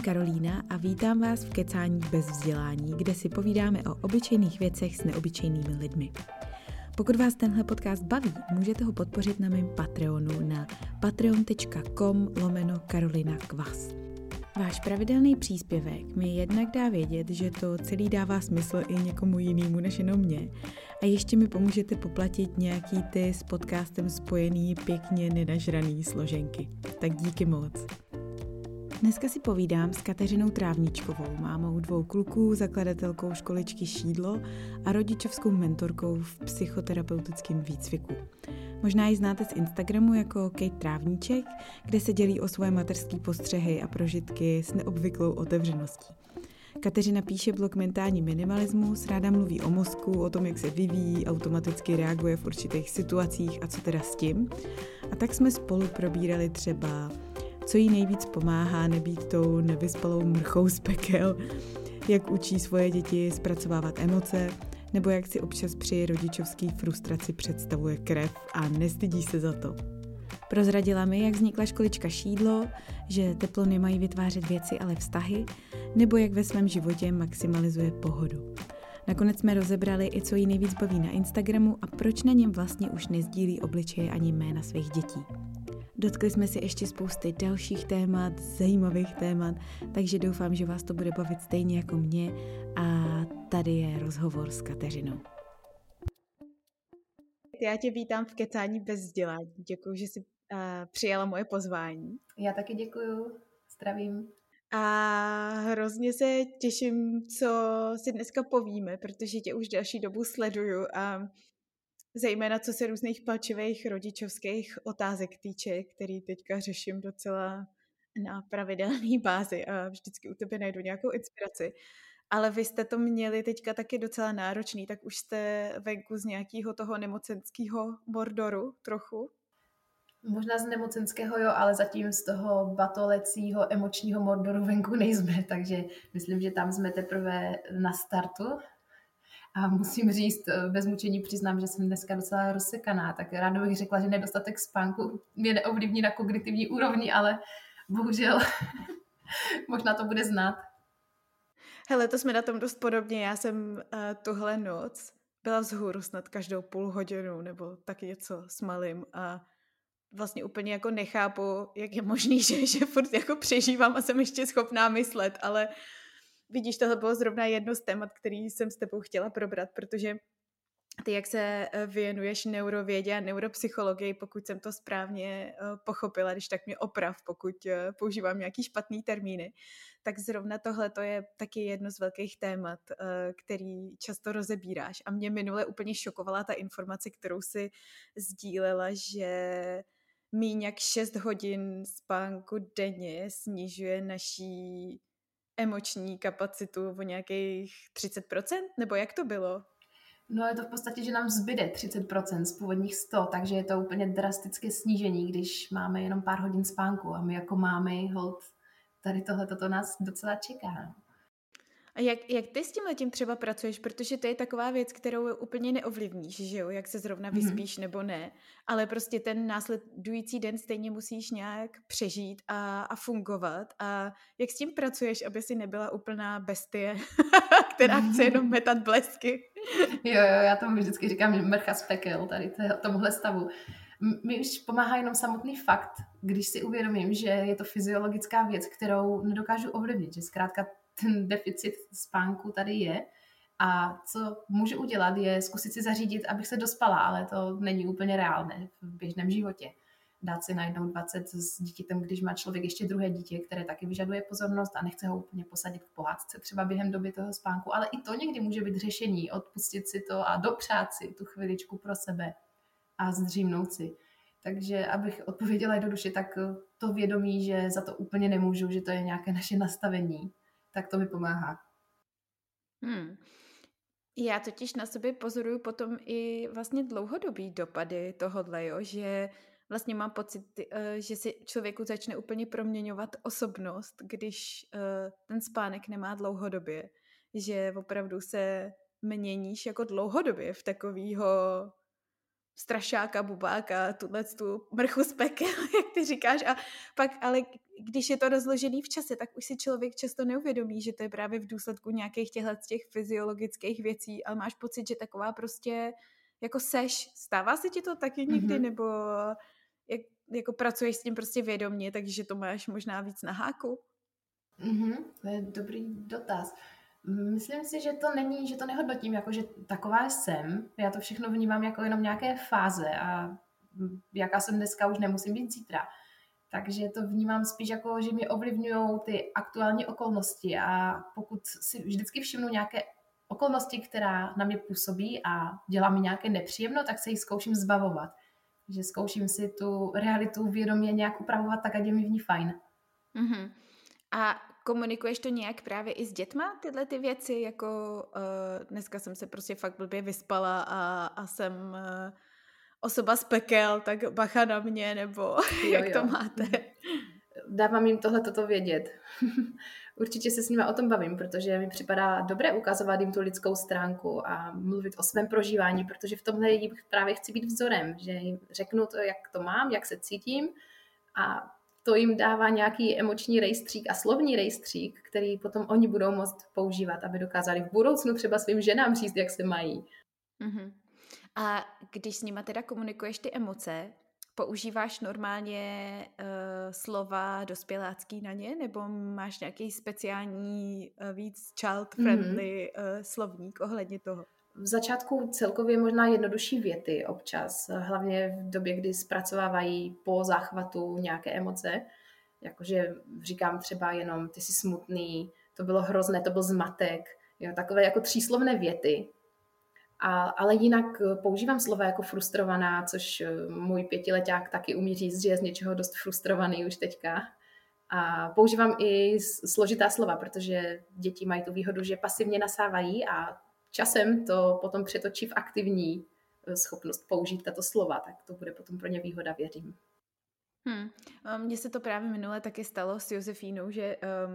Karolína a vítám vás v Kecání bez vzdělání, kde si povídáme o obyčejných věcech s neobyčejnými lidmi. Pokud vás tenhle podcast baví, můžete ho podpořit na mém Patreonu na patreon.com/Karolina Kvas. Váš pravidelný příspěvek mi jednak dá vědět, že to celý dává smysl i někomu jinému než jenom mě a ještě mi pomůžete poplatit nějaký ty s podcastem spojený pěkně nenažraný složenky. Tak díky moc. Dneska si povídám s Kateřinou Trávničkovou, mámou 2 kluků, zakladatelkou školičky Šídlo a rodičovskou mentorkou v psychoterapeutickém výcviku. Možná ji znáte z Instagramu jako Kate Trávníček, kde se dělí o svoje mateřské postřehy a prožitky s neobvyklou otevřeností. Kateřina píše blog Mentální minimalismus, ráda mluví o mozku, o tom, jak se vyvíjí, automaticky reaguje v určitých situacích a co teda s tím. A tak jsme spolu probírali třeba, co jí nejvíc pomáhá nebýt tou nevyspalou mrchou z pekel, jak učí svoje děti zpracovávat emoce, nebo jak si občas při rodičovský frustraci představuje krev a nestydí se za to. Prozradila mi, jak vznikla školička Šídlo, že teplo nemají vytvářet věci, ale vztahy, nebo jak ve svém životě maximalizuje pohodu. Nakonec jsme rozebrali i co jí nejvíc baví na Instagramu a proč na něm vlastně už nezdílí obličeje ani jména svých dětí. Dotkli jsme si ještě spousty dalších témat, zajímavých témat, takže doufám, že vás to bude bavit stejně jako mě a tady je rozhovor s Kateřinou. Já tě vítám v Kecání bez vzdělání. Děkuji, že jsi přijala moje pozvání. Já taky děkuju, zdravím. A hrozně se těším, co si dneska povíme, protože tě už další dobu sleduju a zejména co se různých palčivých rodičovských otázek týče, který teďka řeším docela na pravidelné bázi a vždycky u tebe najdu nějakou inspiraci. Ale vy jste to měli teďka taky docela náročný, tak už jste venku z nějakého toho nemocenského mordoru trochu? Možná z nemocenského jo, ale zatím z toho batolecího emočního mordoru venku nejsme, takže myslím, že tam jsme teprve na startu. A musím říct, bez mučení přiznám, že jsem dneska docela rozsekaná, tak ráda bych řekla, že nedostatek spánku mě neovlivní na kognitivní úrovni, ale bohužel možná to bude znát. Hele, to jsme na tom dost podobně. Já jsem tuhle noc byla vzhůru snad každou půl hodinu nebo tak něco s malým a vlastně úplně jako nechápu, jak je možný, že furt jako přežívám a jsem ještě schopná myslet, ale vidíš, tohle bylo zrovna jedno z témat, který jsem s tebou chtěla probrat, protože ty, jak se věnuješ neurovědě a neuropsychologii, pokud jsem to správně pochopila, když tak mě oprav, pokud používám nějaký špatný termíny, tak zrovna tohle to je taky jedno z velkých témat, který často rozebíráš. A mě minule úplně šokovala ta informace, kterou si sdílela, že míň jak 6 hodin spánku denně snižuje naší emoční kapacitu o nějakých 30%? Nebo jak to bylo? No je to v podstatě, že nám zbyde 30% z původních 100, takže je to úplně drastické snížení, když máme jenom pár hodin spánku a my jako mámy, hold, tady tohle nás docela čeká. A jak ty s tímhletím třeba pracuješ, protože to je taková věc, kterou úplně neovlivníš, že jo, jak se zrovna vyspíš nebo ne, ale prostě ten následující den stejně musíš nějak přežít a fungovat a jak s tím pracuješ, aby si nebyla úplná bestie, která chce jenom metat blesky. Jo, já tomu vždycky říkám mrcha z pekel, tady tomuhle stavu. Mi už pomáhá jenom samotný fakt, když si uvědomím, že je to fyziologická věc, kterou nedokážu ovlivnit, že zkrátka ten deficit spánku tady je a co můžu udělat je zkusit si zařídit, abych se dospala, ale to není úplně reálné v běžném životě. Dát si najednou 20 s dítětem, když má člověk ještě druhé dítě, které taky vyžaduje pozornost a nechce ho úplně posadit v pohádce třeba během doby toho spánku, ale i to někdy může být řešení, odpustit si to a dopřát si tu chviličku pro sebe a zdřímnout si. Takže abych odpověděla jednoduše, tak to vědomí, že za to úplně nemůžu, že to je nějaké naše nastavení, tak to mi pomáhá. Já totiž na sobě pozoruju potom i vlastně dlouhodobý dopady tohodle, jo? Že vlastně mám pocit, že si člověku začne úplně proměňovat osobnost, když ten spánek nemá dlouhodobě. Že opravdu se měníš jako dlouhodobě v strašáka, bubáka, tu mrchu z pekel, jak ty říkáš. A pak, ale když je to rozložený v čase, tak už si člověk často neuvědomí, že to je právě v důsledku nějakých těch fyziologických věcí, ale máš pocit, že taková prostě jako seš. Stává se ti to taky někdy, nebo jako pracuješ s tím prostě vědomě, takže to máš možná víc na háku? To je dobrý dotaz. Myslím si, že to není, že to nehodnotím jako, že taková jsem. Já to všechno vnímám jako jenom nějaké fáze a jaká jsem dneska, už nemusím být zítra. Takže to vnímám spíš jako, že mě ovlivňují ty aktuální okolnosti a pokud si vždycky všimnu nějaké okolnosti, která na mě působí a dělá mi nějaké nepříjemno, tak se jich zkouším zbavovat. Takže zkouším si tu realitu vědomě nějak upravovat tak, ať je mi v ní fajn. Mm-hmm. A komunikuješ to nějak právě i s dětma, tyhle ty věci, jako dneska jsem se prostě fakt blbě vyspala a jsem osoba z pekel, tak bacha na mě, nebo jak to máte? Dávám jim toto vědět. Určitě se s nimi o tom bavím, protože mi připadá dobré ukazovat jim tu lidskou stránku a mluvit o svém prožívání, protože v tomhle jim právě chci být vzorem, že jim řeknu to, jak to mám, jak se cítím a to jim dává nějaký emoční rejstřík a slovní rejstřík, který potom oni budou moct používat, aby dokázali v budoucnu třeba svým ženám říct, jak se mají. Mm-hmm. A když s nima teda komunikuješ ty emoce, používáš normálně slova dospělácký na ně, nebo máš nějaký speciální víc child-friendly slovník ohledně toho? V začátku celkově možná jednodušší věty občas, hlavně v době, kdy zpracovávají po záchvatu nějaké emoce, jakože říkám třeba jenom ty jsi smutný, to bylo hrozné, to byl zmatek, jo, takové jako tříslovné věty. Ale jinak používám slova jako frustrovaná, což můj 5leťák taky umí říct, že je z něčeho dost frustrovaný už teďka. A používám i složitá slova, protože děti mají tu výhodu, že pasivně nasávají a časem to potom přetočí v aktivní schopnost použít tato slova, tak to bude potom pro ně výhoda, věřím. Mně se to právě minule taky stalo s Josefínou, že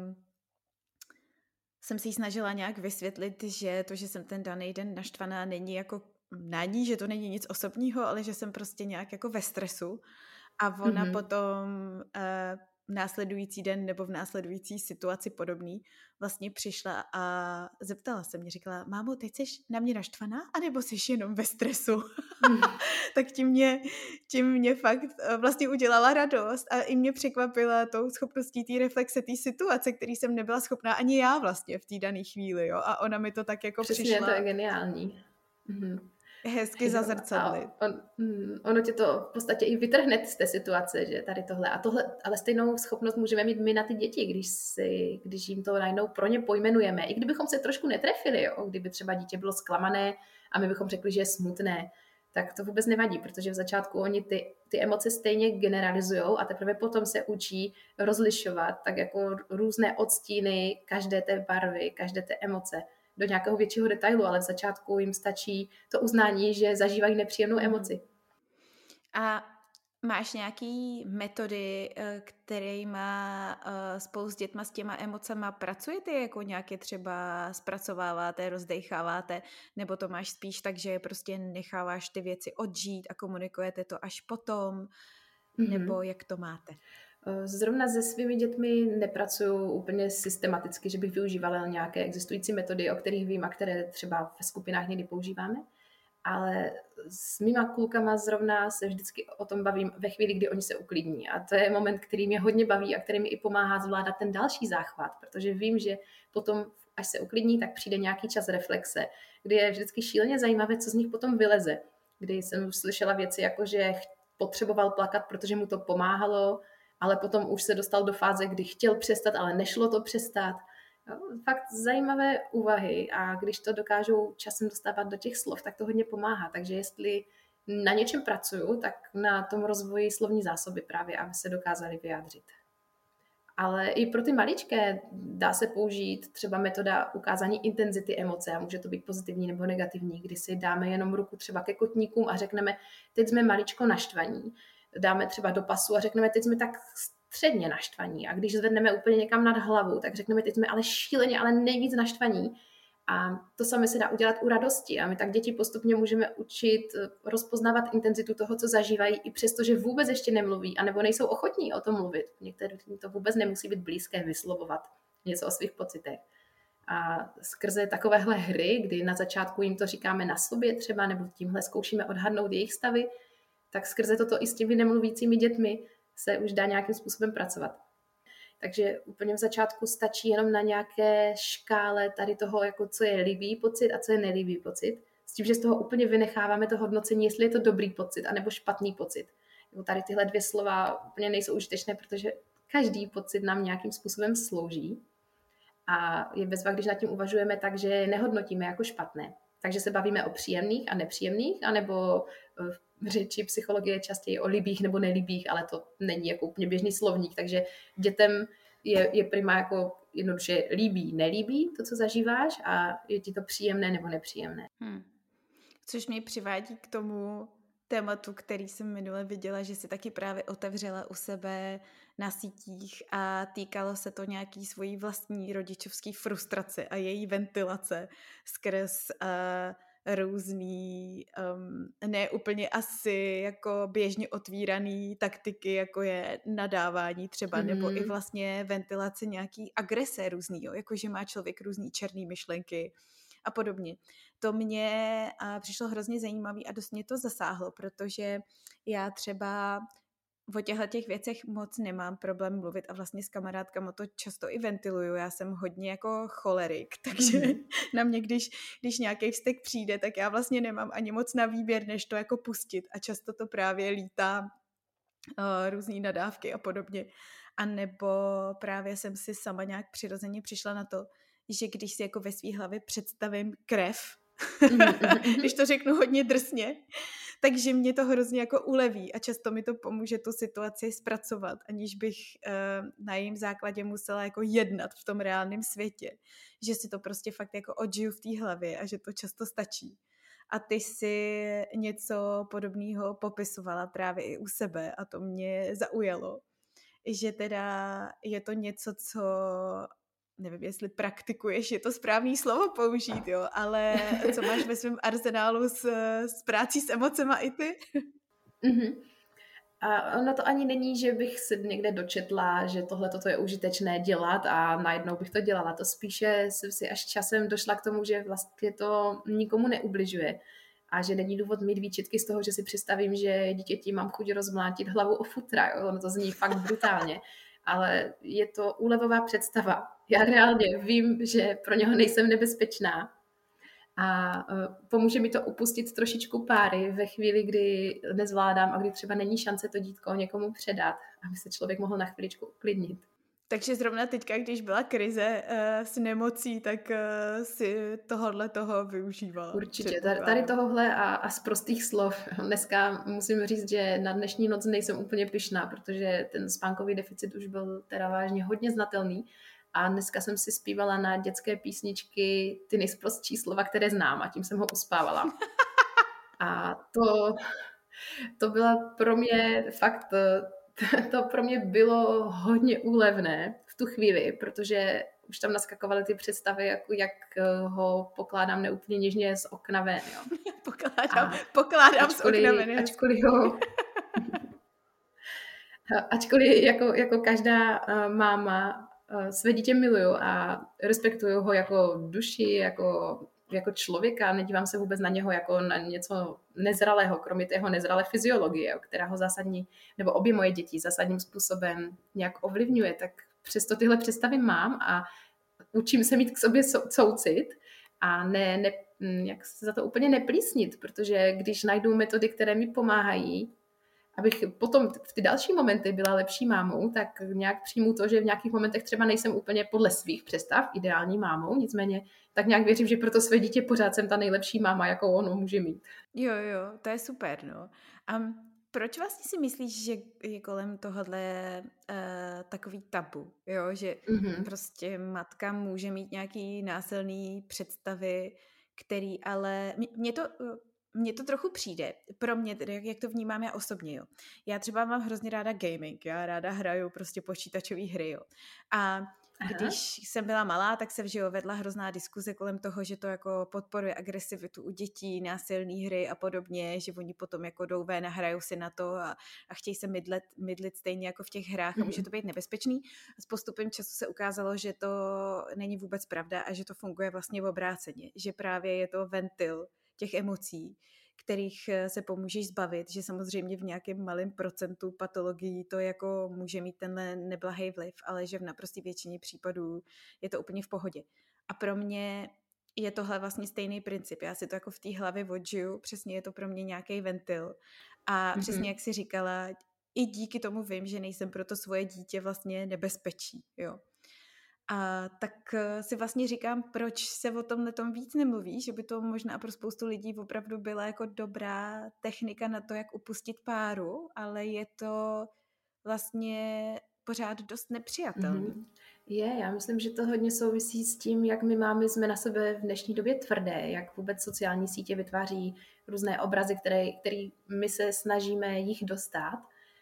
jsem si ji snažila nějak vysvětlit, že to, že jsem ten daný den naštvaná, není jako na ní, že to není nic osobního, ale že jsem prostě nějak jako ve stresu. A ona potom následující den nebo v následující situaci podobný vlastně přišla a zeptala se mě, říkala, mámo, teď jsi na mě naštvaná, anebo jsi jenom ve stresu? Tak tím mě fakt vlastně udělala radost a i mě překvapila tou schopností té reflexe, té situace, který jsem nebyla schopná ani já vlastně v té dané chvíli, jo, a ona mi to tak jako přesně, přišla. To je geniální. Hezky zazrcadlit. Ono tě to v podstatě i vytrhne z té situace, že tady tohle. A tohle, ale stejnou schopnost můžeme mít my na ty děti, když jim to najednou pro ně pojmenujeme. I kdybychom se trošku netrefili, jo? Kdyby třeba dítě bylo zklamané a my bychom řekli, že je smutné, tak to vůbec nevadí, protože v začátku oni ty emoce stejně generalizujou a teprve potom se učí rozlišovat tak jako různé odstíny každé té barvy, každé té emoce do nějakého většího detailu, ale v začátku jim stačí to uznání, že zažívají nepříjemnou emoci. A máš nějaký metody, kterýma spolu s dětma s těma emocema pracujete, jako nějaké třeba zpracováváte, rozdecháváte, nebo to máš spíš tak, že prostě necháváš ty věci odžít a komunikujete to až potom, nebo jak to máte? Zrovna se svými dětmi nepracuju úplně systematicky, že bych využívala nějaké existující metody, o kterých vím a které třeba ve skupinách někdy používáme, ale s mýma klukama zrovna se vždycky o tom bavím ve chvíli, kdy oni se uklidní. A to je moment, který mě hodně baví a který mi i pomáhá zvládat ten další záchvat, protože vím, že potom, až se uklidní, tak přijde nějaký čas reflexe, kdy je vždycky šíleně zajímavé, co z nich potom vyleze. Kdy jsem slyšela věci jako, že potřeboval plakat, protože mu to pomáhalo, ale potom už se dostal do fáze, kdy chtěl přestat, ale nešlo to přestat. Fakt zajímavé úvahy a když to dokážou časem dostávat do těch slov, tak to hodně pomáhá. Takže jestli na něčem pracuju, tak na tom rozvoji slovní zásoby právě, aby se dokázali vyjádřit. Ale i pro ty maličké dá se použít třeba metoda ukázání intenzity emoce a může to být pozitivní nebo negativní, kdy si dáme jenom ruku třeba ke kotníkům a řekneme, teď jsme maličko naštvaní. Dáme třeba do pasu a řekneme, teď jsme tak středně naštvaní. A když zvedneme úplně někam nad hlavu, tak řekneme, teď jsme ale šíleně, ale nejvíc naštvaní. A to samé se dá udělat u radosti a my tak děti postupně můžeme učit rozpoznávat intenzitu toho, co zažívají, i přesto, že vůbec ještě nemluví, anebo nejsou ochotní o tom mluvit. Některým to vůbec nemusí být blízké vyslovovat něco o svých pocitech. A skrze takovéhle hry, kdy na začátku jim to říkáme na sobě třeba, nebo tímhle zkoušíme odhadnout jejich stavy, tak skrze toto i s těmi nemluvícími dětmi se už dá nějakým způsobem pracovat. Takže úplně v začátku stačí jenom na nějaké škále tady toho, jako co je líbý pocit a co je nelíbý pocit. S tím, že z toho úplně vynecháváme to hodnocení, jestli je to dobrý pocit anebo špatný pocit. Tady tyhle dvě slova úplně nejsou užitečné, protože každý pocit nám nějakým způsobem slouží. A je bezva, když nad tím uvažujeme tak, že nehodnotíme jako špatné. Takže se bavíme o příjemných a nepříjemných, anebo v řeči psychologie častěji o líbých nebo nelíbých, ale to není jako úplně běžný slovník, takže dětem je prima jako jednoduše líbí, nelíbí to, co zažíváš a je ti to příjemné nebo nepříjemné. Což mě přivádí k tomu tématu, který jsem minule viděla, že si taky právě otevřela u sebe na sítích a týkalo se to nějaký svojí vlastní rodičovský frustrace a její ventilace skrz různý, ne úplně asi jako běžně otvíraný taktiky, jako je nadávání třeba, nebo i vlastně ventilace nějaký agrese různýho, jakože má člověk různý černý myšlenky a podobně. To mě přišlo hrozně zajímavý a dost mě to zasáhlo, protože já třeba o těch věcech moc nemám problém mluvit a vlastně s kamarádkama to často i ventiluju. Já jsem hodně jako cholerik, takže na mě, když nějaký vztek přijde, tak já vlastně nemám ani moc na výběr, než to jako pustit a často to právě lítá různý nadávky a podobně. A nebo právě jsem si sama nějak přirozeně přišla na to, že když si jako ve svý hlavě představím krev, když to řeknu hodně drsně, takže mě to hrozně jako uleví a často mi to pomůže tu situaci zpracovat, aniž bych na jejím základě musela jako jednat v tom reálném světě. Že si to prostě fakt jako odžiju v té hlavě a že to často stačí. A ty si něco podobného popisovala právě i u sebe a to mě zaujalo. Že teda je to něco, co nevím, jestli praktikuješ, je to správný slovo použít, jo, ale co máš ve svém arzenálu s prácí s emocema i ty? A ono to ani není, že bych si někde dočetla, že tohle toto je užitečné dělat a najednou bych to dělala. To spíše jsem si až časem došla k tomu, že vlastně to nikomu neubližuje a že není důvod mít výčitky z toho, že si představím, že dítěti mám chuť rozmlátit hlavu o futra. Jo? Ono to zní fakt brutálně, ale je to úlevová představa. Já reálně vím, že pro něho nejsem nebezpečná. A pomůže mi to upustit trošičku páry ve chvíli, kdy nezvládám a kdy třeba není šance to dítko někomu předat, aby se člověk mohl na chviličku uklidnit. Takže zrovna teďka, když byla krize s nemocí, tak si toho využívala. Určitě. Tady tohohle a z prostých slov. Dneska musím říct, že na dnešní noc nejsem úplně pyšná, protože ten spánkový deficit už byl teda vážně hodně znatelný. A dneska jsem si zpívala na dětské písničky ty nejsprostší slova, které znám a tím jsem ho uspávala. A to byla pro mě fakt, to pro mě bylo hodně úlevné v tu chvíli, protože už tam naskakovaly ty představy, jako jak ho pokládám neúplně něžně z okna ven. Jo. Pokládám z okna ven. Ačkoliv jako každá máma své dítě miluju a respektuju ho jako duši, jako člověka, nedívám se vůbec na něho jako na něco nezralého, kromě té jeho nezralé fyziologie, která ho zásadní, nebo obě moje děti zásadním způsobem nějak ovlivňuje, tak přesto tyhle představy mám a učím se mít k sobě soucit a jak se za to úplně neplísnit, protože když najdu metody, které mi pomáhají, abych potom v ty další momenty byla lepší mámou, tak nějak přijmu to, že v nějakých momentech třeba nejsem úplně podle svých představ ideální mámou, nicméně tak nějak věřím, že pro to své dítě pořád jsem ta nejlepší máma, jakou ono může mít. Jo, to je super, no. A proč vlastně si myslíš, že je kolem tohohle takový tabu, jo, že prostě matka může mít nějaký násilný představy, který ale mně to trochu přijde, pro mě, jak to vnímám já osobně, jo. Já třeba mám hrozně ráda gaming, já ráda hraju prostě počítačové hry, jo. A Když jsem byla malá, tak se vedla hrozná diskuze kolem toho, že to jako podporuje agresivitu u dětí, násilné hry a podobně, že oni potom jako jdou ven a hrajou si na to a chtějí se mydlit stejně jako v těch hrách a může to být nebezpečný. A s postupem času se ukázalo, že to není vůbec pravda a že to funguje vlastně obráceně, že právě je to ventil těch emocí, kterých se pomůžeš zbavit, že samozřejmě v nějakém malém procentu patologií to jako může mít tenhle neblahý vliv, ale že v naprosté většině případů je to úplně v pohodě. A pro mě je tohle vlastně stejný princip. Já si to jako v té hlavě odžiju, přesně je to pro mě nějaký ventil. A přesně jak jsi říkala, i díky tomu vím, že nejsem pro to svoje dítě vlastně nebezpečí, jo. A tak si vlastně říkám, proč se o tomhletom víc nemluví, že by to možná pro spoustu lidí opravdu byla jako dobrá technika na to, jak upustit páru, ale je to vlastně pořád dost nepřijatelný. Já myslím, že to hodně souvisí s tím, jak my mámy jsme na sebe v dnešní době tvrdé, jak vůbec sociální sítě vytváří různé obrazy, který my se snažíme jich dostat.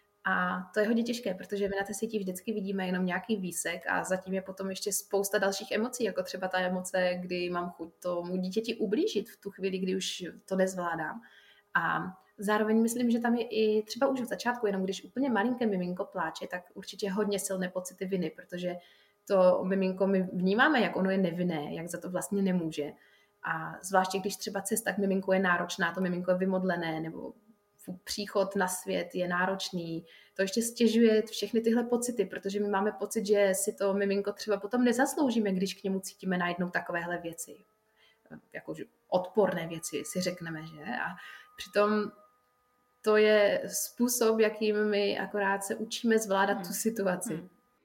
A to je hodně těžké, protože my na té síti vždycky vidíme jenom nějaký výsek a zatím je potom ještě spousta dalších emocí, jako třeba ta emoce, kdy mám chuť tomu dítěti ublížit v tu chvíli, kdy už to nezvládám. A zároveň myslím, že tam je i třeba už v začátku, jenom když úplně malinké miminko pláče, tak určitě hodně silné pocity viny, protože to miminko my vnímáme, jak ono je nevinné, jak za to vlastně nemůže. A zvláště když třeba cesta k miminku je náročná, to miminko je vymodlené, nebo příchod na svět je náročný, to ještě stěžuje všechny tyhle pocity, protože my máme pocit, že si to miminko třeba potom nezasloužíme, když k němu cítíme najednou takovéhle věci. Jako odporné věci si řekneme, že? A přitom to je způsob, jakým my akorát se učíme zvládat tu situaci.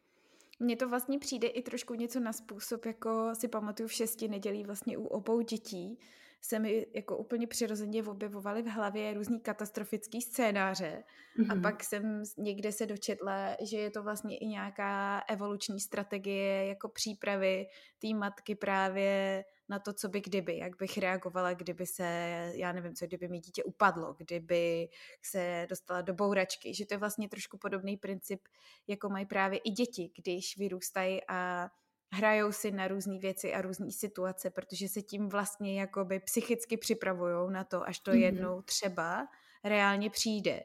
Mně to vlastně přijde i trošku něco na způsob, jako si pamatuju v 6 nedělí vlastně u obou dětí, se mi jako úplně přirozeně objevovaly v hlavě různý katastrofický scénáře a pak jsem někde se dočetla, že je to vlastně i nějaká evoluční strategie jako přípravy té matky právě na to, co by kdyby, jak bych reagovala, kdyby se, já nevím co, kdyby mi dítě upadlo, kdyby se dostala do bouračky, že to je vlastně trošku podobný princip, jako mají právě i děti, když vyrůstají a hrajou si na různé věci a různé situace, protože se tím vlastně jakoby psychicky připravujou na to, až to jednou třeba reálně přijde.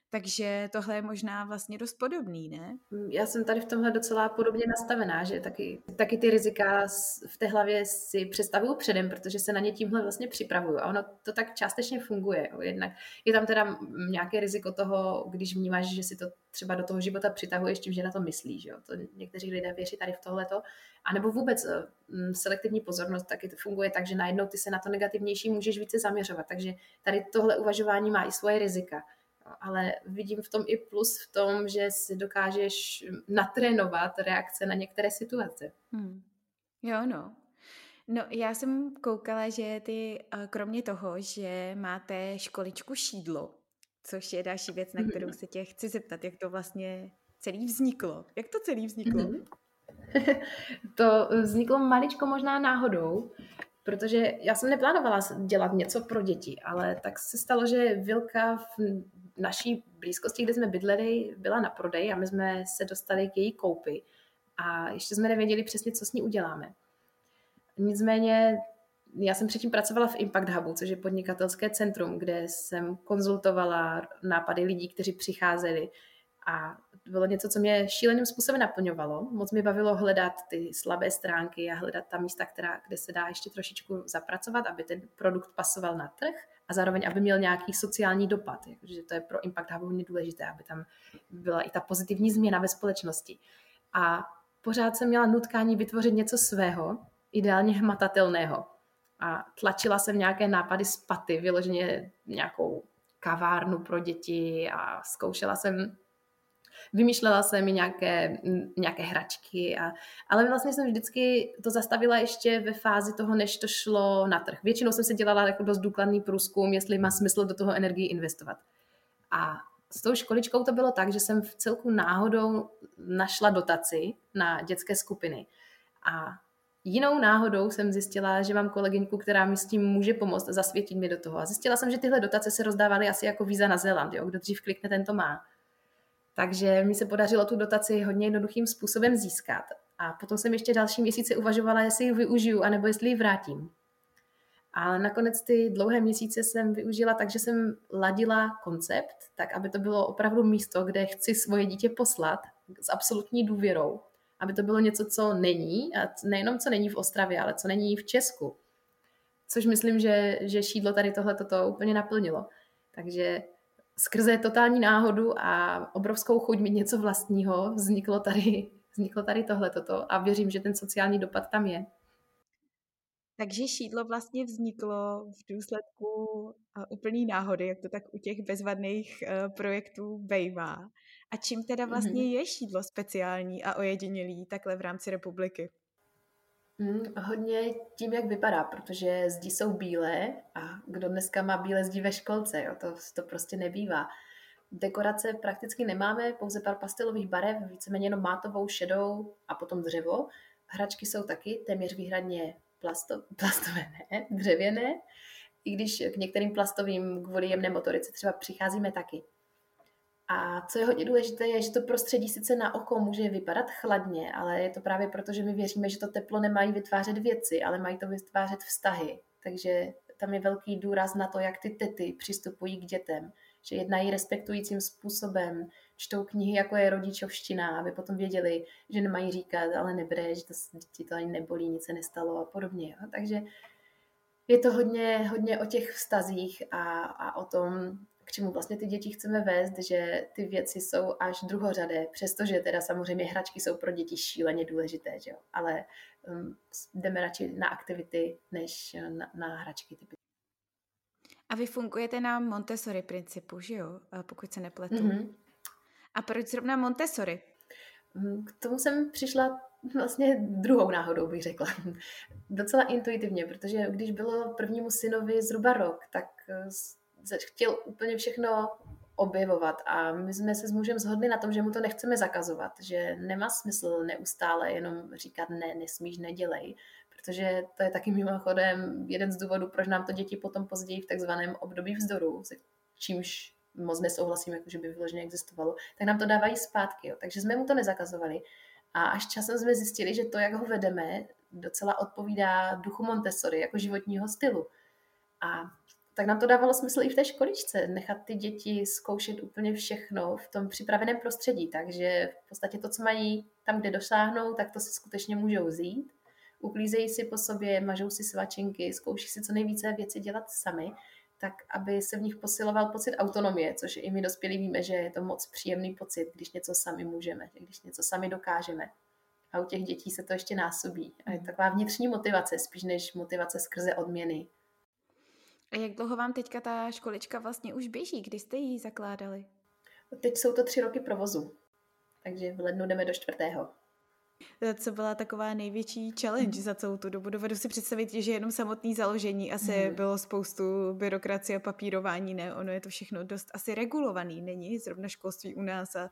Takže tohle je možná vlastně dost podobný, ne? Já jsem tady v tomhle docela podobně nastavená, že taky ty rizika v té hlavě si představuju předem, protože se na ně tímhle vlastně připravuju. A ono to tak částečně funguje. Jednak je tam teda nějaké riziko toho, když vnímáš, že si to třeba do toho života přitahuješ tím, že na to myslíš. Jo? To někteří lidé věří tady v tohleto. A nebo vůbec selektivní pozornost taky to funguje tak, že najednou ty se na to negativnější můžeš více zaměřovat. Takže tady tohle uvažování má i svoje rizika. Ale vidím v tom i plus v tom, že si dokážeš natrénovat reakce na některé situace. Jo, no. No, já jsem koukala, že ty kromě toho, že máte školičku Šídlo, což je další věc, na kterou se tě chci zeptat, jak to vlastně celý vzniklo. Jak to celý vzniklo? To vzniklo maličko možná náhodou, protože já jsem neplánovala dělat něco pro děti, ale tak se stalo, že Vilka v naší blízkosti, kde jsme bydleli, byla na prodej a my jsme se dostali k její koupi a ještě jsme nevěděli přesně, co s ní uděláme. Nicméně já jsem předtím pracovala v Impact Hubu, což je podnikatelské centrum, kde jsem konzultovala nápady lidí, kteří přicházeli a to bylo něco, co mě šíleným způsobem naplňovalo. Moc mi bavilo hledat ty slabé stránky a hledat ta místa, kde se dá ještě trošičku zapracovat, aby ten produkt pasoval na trh a zároveň, aby měl nějaký sociální dopad. Takže to je pro Impact Hub hodně důležité, aby tam byla i ta pozitivní změna ve společnosti. A pořád jsem měla nutkání vytvořit něco svého, ideálně hmatatelného. A tlačila jsem nějaké nápady z paty, vyloženě nějakou kavárnu pro děti a vymýšlela jsem i nějaké hračky, ale vlastně jsem vždycky to zastavila ještě ve fázi toho, než to šlo na trh. Většinou jsem se dělala jako dost důkladný průzkum, jestli má smysl do toho energii investovat. A s tou školičkou to bylo tak, že jsem v celku náhodou našla dotaci na dětské skupiny. A jinou náhodou jsem zjistila, že mám kolegyňku, která mi s tím může pomoct a zasvětit mi do toho. A zjistila jsem, že tyhle dotace se rozdávaly asi jako víza na Zéland. Jo? Kdo dřív klikne, ten to má. Takže mi se podařilo tu dotaci hodně jednoduchým způsobem získat. A potom jsem ještě další měsíce uvažovala, jestli ji využiju, anebo jestli ji vrátím. Ale nakonec ty dlouhé měsíce jsem využila tak, že jsem ladila koncept, tak aby to bylo opravdu místo, kde chci svoje dítě poslat s absolutní důvěrou. Aby to bylo něco, co není, a nejenom co není v Ostravě, ale co není v Česku. Což myslím, že šídlo tady tohle toto úplně naplnilo. Takže skrze totální náhodu a obrovskou chuť mít něco vlastního vzniklo tady tohle toto a věřím, že ten sociální dopad tam je. Takže šídlo vlastně vzniklo v důsledku úplný náhody, jak to tak u těch bezvadných projektů bejvá. A čím teda vlastně je šídlo speciální a ojedinělý takhle v rámci republiky? Hodně tím, jak vypadá, protože zdi jsou bílé a kdo dneska má bílé zdi ve školce, jo, to prostě nebývá. Dekorace prakticky nemáme, pouze pár pastelových barev, víceméně jenom mátovou, šedou a potom dřevo. Hračky jsou taky téměř výhradně plastové, ne, dřevěné, i když k některým plastovým kvůli jemné motorice třeba přicházíme taky. A co je hodně důležité, je, že to prostředí sice na oko může vypadat chladně, ale je to právě proto, že my věříme, že to teplo nemají vytvářet věci, ale mají to vytvářet vztahy. Takže tam je velký důraz na to, jak ty tety přistupují k dětem, že jednají respektujícím způsobem, čtou knihy, jako je rodičovština, aby potom věděli, že nemají říkat, ale nebre, že ti to ani nebolí, nic se nestalo a podobně. Jo. Takže je to hodně o těch vztazích a o tom, k čemu vlastně ty děti chceme vést, že ty věci jsou až druhořadé, přestože teda samozřejmě hračky jsou pro děti šíleně důležité, že jo? Ale jdeme radši na aktivity, než na hračky. A vy fungujete na Montessori principu, že jo? Pokud se nepletu. Mm-hmm. A proč zrovna Montessori? K tomu jsem přišla vlastně druhou náhodou, bych řekla. Docela intuitivně, protože když bylo prvnímu synovi zhruba rok, tak chtěl úplně všechno objevovat a my jsme se s mužem shodli na tom, že mu to nechceme zakazovat, že nemá smysl neustále jenom říkat ne, nesmíš, nedělej, protože to je taky mimochodem jeden z důvodů, proč nám to děti potom později v takzvaném období vzdoru, se čímž moc nesouhlasím, jako že by vyloženě existovalo, tak nám to dávají zpátky. Jo. Takže jsme mu to nezakazovali a až časem jsme zjistili, že to, jak ho vedeme, docela odpovídá duchu Montessori jako životního stylu. A tak nám to dávalo smysl i v té školičce, nechat ty děti zkoušet úplně všechno v tom připraveném prostředí, takže v podstatě to, co mají tam, kde dosáhnou, tak to si skutečně můžou vzít. Uklízejí si po sobě, mažou si svačinky, zkouší si co nejvíce věci dělat sami, tak aby se v nich posiloval pocit autonomie, což i my dospělí víme, že je to moc příjemný pocit, když něco sami můžeme, když něco sami dokážeme. A u těch dětí se to ještě násobí. A je taková vnitřní motivace, spíš než motivace skrze odměny. A jak dlouho vám teďka ta školička vlastně už běží? Kdy jste ji zakládali? Teď jsou to 3 roky provozu, takže v lednu jdeme do 4. Co byla taková největší challenge za celou tu dobu? Dovedu si představit, že jenom samotné založení asi bylo spoustu byrokracie a papírování, ne? Ono je to všechno dost asi regulovaný, není? Zrovna školství u nás a...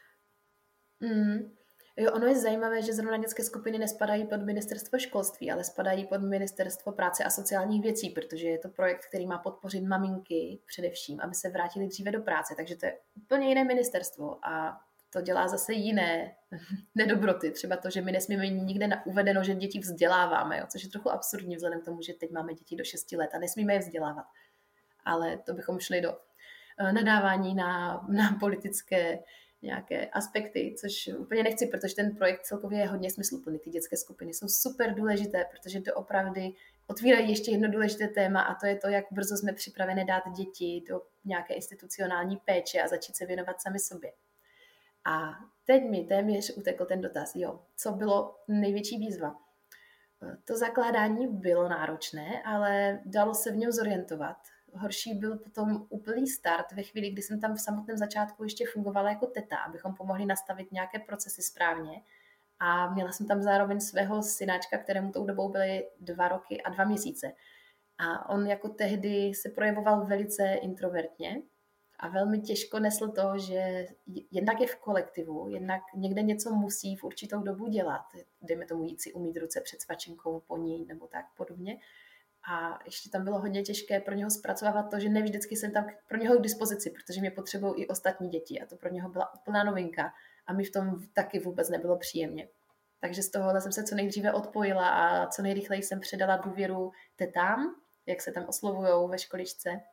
Jo, ono je zajímavé, že zrovna dětské skupiny nespadají pod ministerstvo školství, ale spadají pod ministerstvo práce a sociálních věcí, protože je to projekt, který má podpořit maminky především, aby se vrátili dříve do práce, takže to je úplně jiné ministerstvo a to dělá zase jiné nedobroty. Třeba to, že my nesmíme nikde uvedeno, že děti vzděláváme, jo, což je trochu absurdní vzhledem k tomu, že teď máme děti do 6 let a nesmíme je vzdělávat. Ale to bychom šli do nadávání na politické nějaké aspekty, což úplně nechci, protože ten projekt celkově je hodně smysluplný. Ty dětské skupiny jsou super důležité, protože to opravdu otvírají ještě jedno důležité téma a to je to, jak brzo jsme připraveni dát děti do nějaké institucionální péče a začít se věnovat sami sobě. A teď mi téměř utekl ten dotaz, co bylo největší výzva. To zakládání bylo náročné, ale dalo se v něm zorientovat. Horší byl potom úplný start ve chvíli, kdy jsem tam v samotném začátku ještě fungovala jako teta, abychom pomohli nastavit nějaké procesy správně. A měla jsem tam zároveň svého synáčka, kterému tou dobou byly 2 roky a 2 měsíce. A on jako tehdy se projevoval velice introvertně a velmi těžko nesl to, že jednak je v kolektivu, jednak někde něco musí v určitou dobu dělat. Dejme tomu jít si umýt ruce před svačinkou po ní nebo tak podobně. A ještě tam bylo hodně těžké pro něho zpracovávat to, že ne vždycky jsem tam pro něho k dispozici, protože mě potřebují i ostatní děti a to pro něho byla úplná novinka a mi v tom taky vůbec nebylo příjemně. Takže z tohohle jsem se co nejdříve odpojila a co nejrychleji jsem předala důvěru tetám, jak se tam oslovujou ve školičce.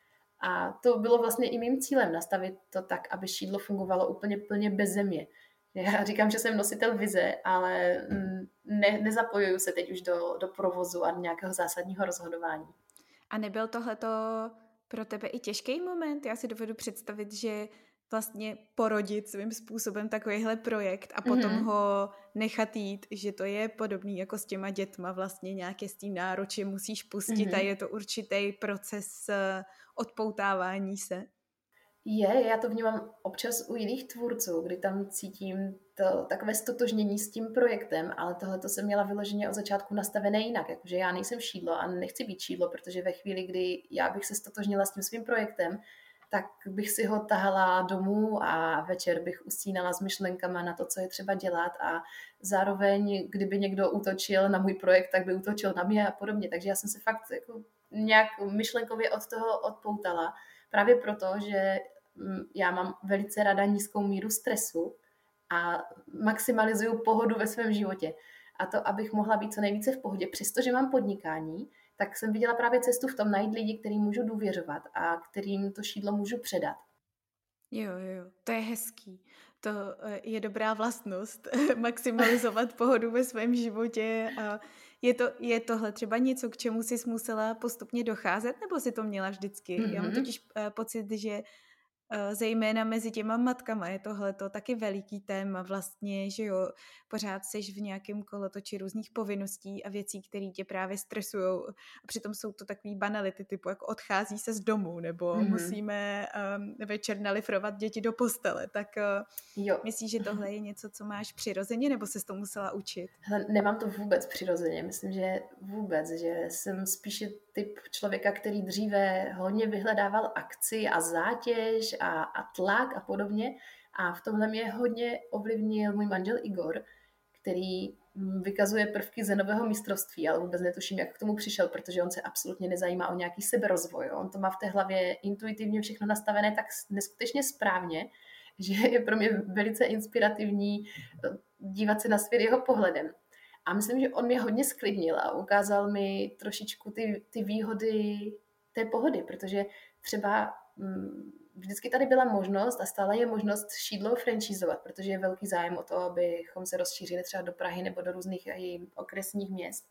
A to bylo vlastně i mým cílem, nastavit to tak, aby šídlo fungovalo úplně plně bez země. Já říkám, že jsem nositel vize, ale nezapojuju se teď už do provozu a nějakého zásadního rozhodování. A nebyl tohleto pro tebe i těžký moment? Já si dovedu představit, že vlastně porodit svým způsobem takovýhle projekt a potom ho nechat jít, že to je podobný jako s těma dětma, vlastně nějaké s tím náročím musíš pustit a je to určitý proces odpoutávání se. Já to vnímám občas u jiných tvůrců, kdy tam cítím to takové stotožnění s tím projektem, ale tohle to jsem měla vyloženě od začátku nastavené jinak, jakože já nejsem šídlo a nechci být šídlo, protože ve chvíli, kdy já bych se stotožnila s tím svým projektem, tak bych si ho tahala domů a večer bych usínala s myšlenkama na to, co je třeba dělat a zároveň, kdyby někdo útočil na můj projekt, tak by útočil na mě a podobně. Takže já jsem se fakt jako nějak myšlenkově od toho odpoutala. Právě proto, že já mám velice ráda nízkou míru stresu a maximalizuju pohodu ve svém životě. A to, abych mohla být co nejvíce v pohodě, přestože mám podnikání, tak jsem viděla právě cestu v tom najít lidi, kterým můžu důvěřovat a kterým to šídlo můžu předat. Jo, to je hezký. To je dobrá vlastnost, maximalizovat pohodu ve svém životě. A je tohle třeba něco, k čemu jsi musela postupně docházet, nebo jsi to měla vždycky? Já mám totiž pocit, že zejména mezi těma matkama je tohleto taky veliký téma vlastně, že jo, pořád seš v nějakém kolotoči různých povinností a věcí, které tě právě stresujou a přitom jsou to takový banality typu jako odchází se z domu nebo musíme večer nalifrovat děti do postele, tak myslíš, že tohle je něco, co máš přirozeně nebo ses to musela učit? Nemám to vůbec přirozeně, myslím, že vůbec, že jsem spíše typ člověka, který dříve hodně vyhledával akci a zátěž a tlak a podobně. A v tomhle mě hodně ovlivnil můj manžel Igor, který vykazuje prvky zenového mistrovství, ale vůbec netuším, jak k tomu přišel, protože on se absolutně nezajímá o nějaký seberozvoj. On to má v té hlavě intuitivně všechno nastavené tak neskutečně správně, že je pro mě velice inspirativní dívat se na svět jeho pohledem. A myslím, že on mě hodně sklidnil a ukázal mi trošičku ty výhody té pohody, protože třeba vždycky tady byla možnost a stále je možnost šídlo franchízovat, protože je velký zájem o to, abychom se rozšířili třeba do Prahy nebo do různých okresních měst.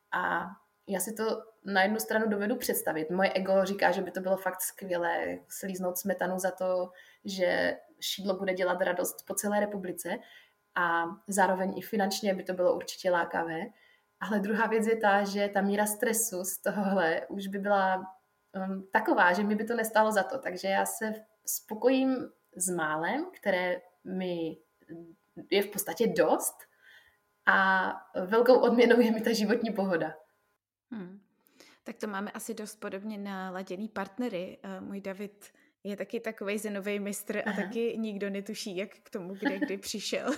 A já si to na jednu stranu dovedu představit. Moje ego říká, že by to bylo fakt skvělé slíznout smetanu za to, že šídlo bude dělat radost po celé republice a zároveň i finančně by to bylo určitě lákavé. Ale druhá věc je ta, že ta míra stresu z tohohle už by byla taková, že mi by to nestálo za to. Takže já se spokojím s málem, které mi je v podstatě dost a velkou odměnou je mi ta životní pohoda. Tak to máme asi dost podobně naladěný partnery. Můj David je taky takovej zenovej mistr a taky nikdo netuší, jak k tomu kdy přišel.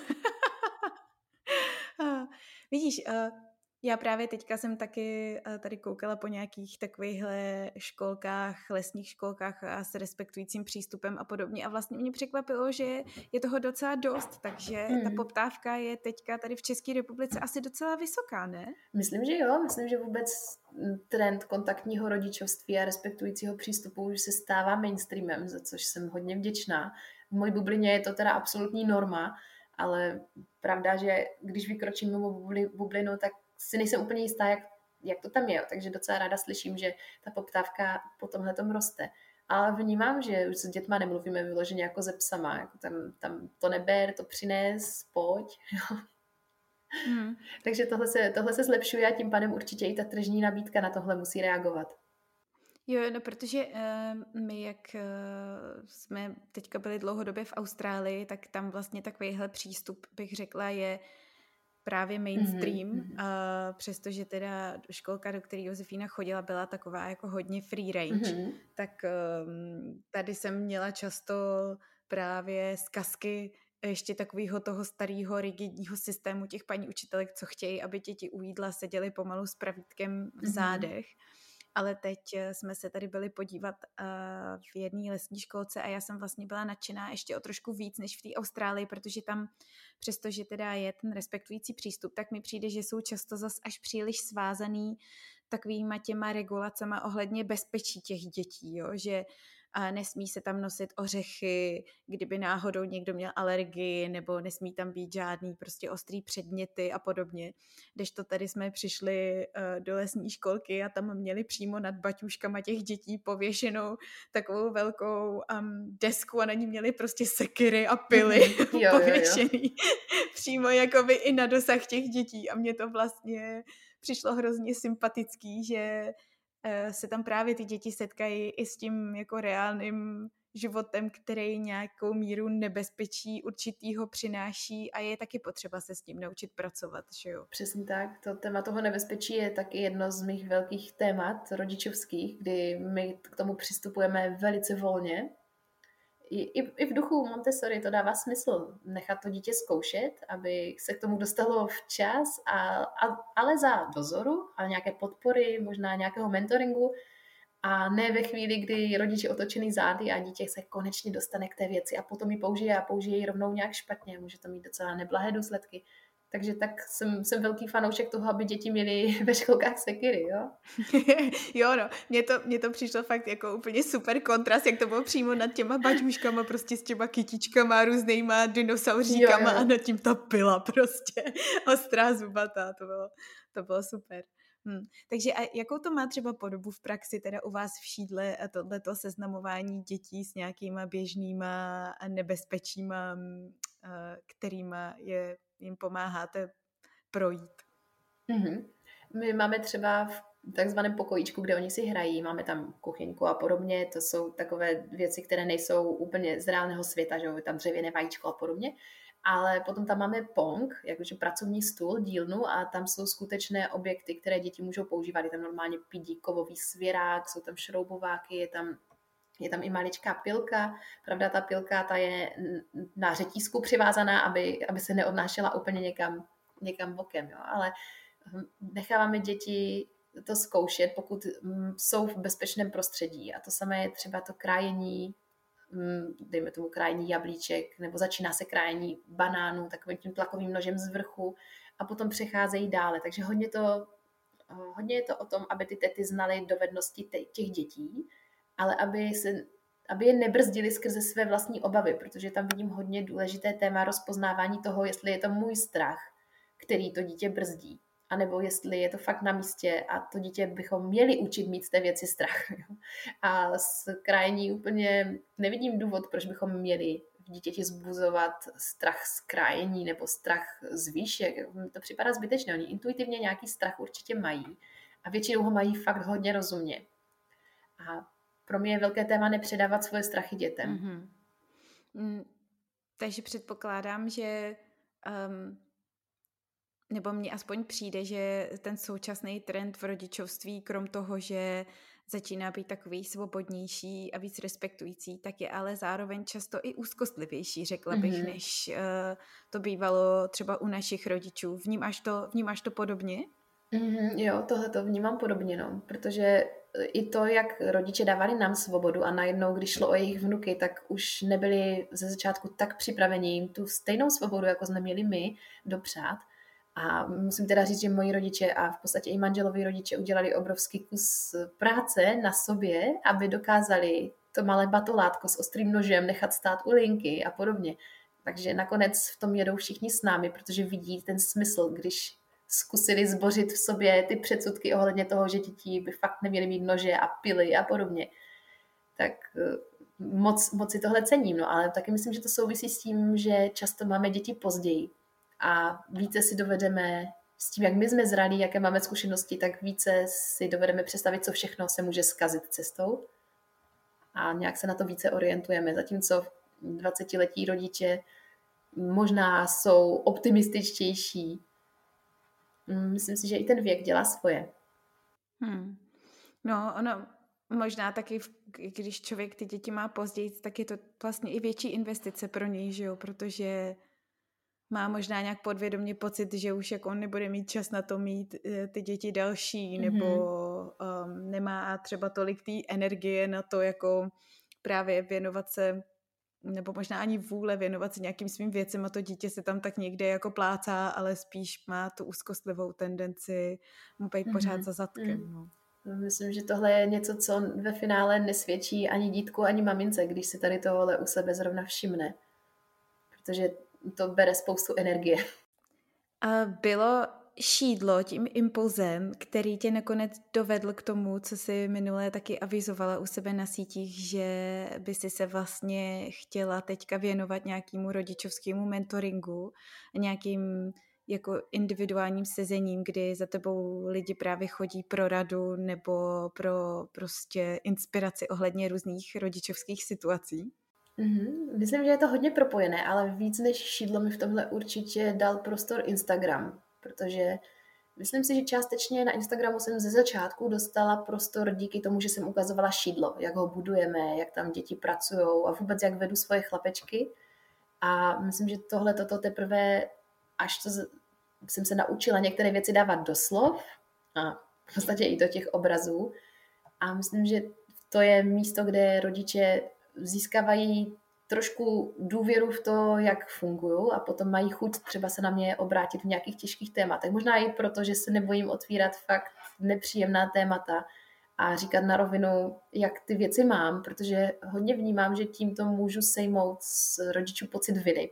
Vidíš, já právě teďka jsem taky tady koukala po nějakých takovýchhle školkách, lesních školkách a s respektujícím přístupem a podobně a vlastně mě překvapilo, že je toho docela dost, takže ta poptávka je teďka tady v České republice asi docela vysoká, ne? Myslím, že jo. Myslím, že vůbec trend kontaktního rodičovství a respektujícího přístupu už se stává mainstreamem, za což jsem hodně vděčná. V mojí bublině je to teda absolutní norma, ale pravda, že když vykročím mimo bublinu, tak si nejsem úplně jistá, jak to tam je. Takže docela ráda slyším, že ta poptávka po tomhletom roste. Ale vnímám, že už s dětma nemluvíme vyloženě jako se psama. Jako tam to neber, to přines, pojď. Takže tohle se zlepšuje a tím pádem určitě i ta tržní nabídka na tohle musí reagovat. Jo, no protože my, jak jsme teďka byli dlouhodobě v Austrálii, tak tam vlastně takovýhle přístup, bych řekla, je právě mainstream, přestože teda školka, do které Josefína chodila, byla taková jako hodně free range, tak tady jsem měla často právě zkazky ještě takového toho starého rigidního systému těch paní učitelek, co chtějí, aby děti u jídla seděly pomalu s pravítkem v zádech. ale teď jsme se tady byli podívat v jedné lesní školce a já jsem vlastně byla nadšená ještě o trošku víc než v té Austrálii, protože tam, přestože teda je ten respektující přístup, tak mi přijde, že jsou často zas až příliš svázaný takovýma těma regulacema ohledně bezpečí těch dětí, jo? Že nesmí se tam nosit ořechy, kdyby náhodou někdo měl alergii, nebo nesmí tam být žádný prostě ostrý předměty a podobně. Kdežto tady jsme přišli do lesní školky a tam měli přímo nad baťůškama těch dětí pověšenou takovou velkou desku a na ní měli prostě sekyry a pily pověšený přímo jakoby i na dosah těch dětí a mně to vlastně přišlo hrozně sympatický, že se tam právě ty děti setkají i s tím jako reálným životem, který nějakou míru nebezpečí určitýho přináší a je taky potřeba se s tím naučit pracovat, že jo? Přesně tak. To téma toho nebezpečí je taky jedno z mých velkých témat rodičovských, kdy my k tomu přistupujeme velice volně. I v duchu Montessori to dává smysl nechat to dítě zkoušet, aby se k tomu dostalo včas, ale za dozoru a nějaké podpory, možná nějakého mentoringu a ne ve chvíli, kdy rodič je otočený zády a dítě se konečně dostane k té věci a potom ji použije a použije ji rovnou nějak špatně. Může to mít docela neblahé důsledky. Takže tak jsem velký fanoušek toho, aby děti měly ve školkách sekyry, jo? Jo, no, mně to přišlo fakt jako úplně super kontrast, jak to bylo přímo nad těma baťuškama, prostě s těma kytičkama, různýma dinosauříkama a nad tím ta pila prostě, ostrá zubatá, to bylo super. Takže a jakou to má třeba podobu v praxi teda u vás v Šídle a tohleto seznamování dětí s nějakýma běžnýma nebezpečíma, kterýma jim pomáháte projít? Mm-hmm. My máme třeba v takzvaném pokojíčku, kde oni si hrají, máme tam kuchyňku a podobně, to jsou takové věci, které nejsou úplně z reálného světa, že jo, tam dřevěné vajíčko a podobně, ale potom tam máme Pong, jakože pracovní stůl, dílnu a tam jsou skutečné objekty, které děti můžou používat, je tam normálně pidí kovový svěrák, jsou tam šroubováky, je tam i maličká pilka, pravda ta pilka ta je na řetízku přivázaná, aby se neodnášela úplně někam bokem, jo, ale necháváme děti to zkoušet, pokud jsou v bezpečném prostředí. A to samé je třeba to krájení, dejme tomu krájení jablíček, nebo začíná se krájení banánů takovým tím tlakovým nožem z vrchu a potom přecházejí dále. Takže hodně je to o tom, aby ty tety znaly dovednosti těch dětí, ale aby je nebrzdili skrze své vlastní obavy, protože tam vidím hodně důležité téma rozpoznávání toho, jestli je to můj strach, který to dítě brzdí, anebo jestli je to fakt na místě a to dítě bychom měli učit mít z té věci strach. Jo? A z krájení úplně nevidím důvod, proč bychom měli v dítěti zbuzovat strach z krájení nebo strach z výšek. To připadá zbytečné. Oni intuitivně nějaký strach určitě mají a většinou ho mají fakt hodně rozumně. A pro mě je velké téma nepředávat svoje strachy dětem. Takže předpokládám, že nebo mně aspoň přijde, že ten současný trend v rodičovství, krom toho, že začíná být takový svobodnější a víc respektující, tak je ale zároveň často i úzkostlivější, řekla bych, než to bývalo třeba u našich rodičů. Vnímáš to podobně? Jo, tohle to vnímám podobně, no, protože i to, jak rodiče dávali nám svobodu a najednou, když šlo o jejich vnuky, tak už nebyli ze začátku tak připraveni jim tu stejnou svobodu, jako jsme měli my, dopřát. A musím teda říct, že moji rodiče a v podstatě i manželovi rodiče udělali obrovský kus práce na sobě, aby dokázali to malé batolátko s ostrým nožem nechat stát u linky a podobně. Takže nakonec v tom jedou všichni s námi, protože vidí ten smysl, když zkusili zbořit v sobě ty předsudky ohledně toho, že děti by fakt neměly mít nože a pily a podobně. Tak moc si tohle cením, no, ale taky myslím, že to souvisí s tím, že často máme děti později a více si dovedeme s tím, jak my jsme zralí, jaké máme zkušenosti, tak více si dovedeme představit, co všechno se může zkazit cestou a nějak se na to více orientujeme, zatímco 20letí rodiče možná jsou optimističtější. Myslím si, že i ten věk dělá svoje. No, ono možná taky, když člověk ty děti má později, tak je to vlastně i větší investice pro něj, že jo, protože má možná nějak podvědomě pocit, že už jako on nebude mít čas na to mít ty děti další, nebo nemá třeba tolik té energie na to, jako právě věnovat se, nebo možná ani vůle věnovat se nějakým svým věcem a to dítě se tam tak někde jako plácá, ale spíš má tu úzkostlivou tendenci mu být pořád za zadkem. No. Myslím, že tohle je něco, co ve finále nesvědčí ani dítku, ani mamince, když si tady tohle u sebe zrovna všimne. Protože to bere spoustu energie. A bylo šídlo tím impulzem, který tě nakonec dovedl k tomu, co jsi minule taky avizovala u sebe na sítích, že by si se vlastně chtěla teďka věnovat nějakému rodičovskému mentoringu a nějakým jako individuálním sezením, kdy za tebou lidi právě chodí pro radu nebo pro prostě inspiraci ohledně různých rodičovských situací? Myslím, že je to hodně propojené, ale víc než šídlo mi v tomhle určitě dal prostor Instagram, protože myslím si, že částečně na Instagramu jsem ze začátku dostala prostor díky tomu, že jsem ukazovala šídlo, jak ho budujeme, jak tam děti pracují a vůbec jak vedu svoje chlapečky. A myslím, že toto teprve, až to jsem se naučila některé věci dávat do slov a v podstatě i do těch obrazů. A myslím, že to je místo, kde rodiče získávají trošku důvěru v to, jak fungují a potom mají chuť třeba se na mě obrátit v nějakých těžkých tématech. Možná i proto, že se nebojím otvírat fakt nepříjemná témata a říkat na rovinu, jak ty věci mám, protože hodně vnímám, že tímto můžu sejmout z rodičů pocit viny.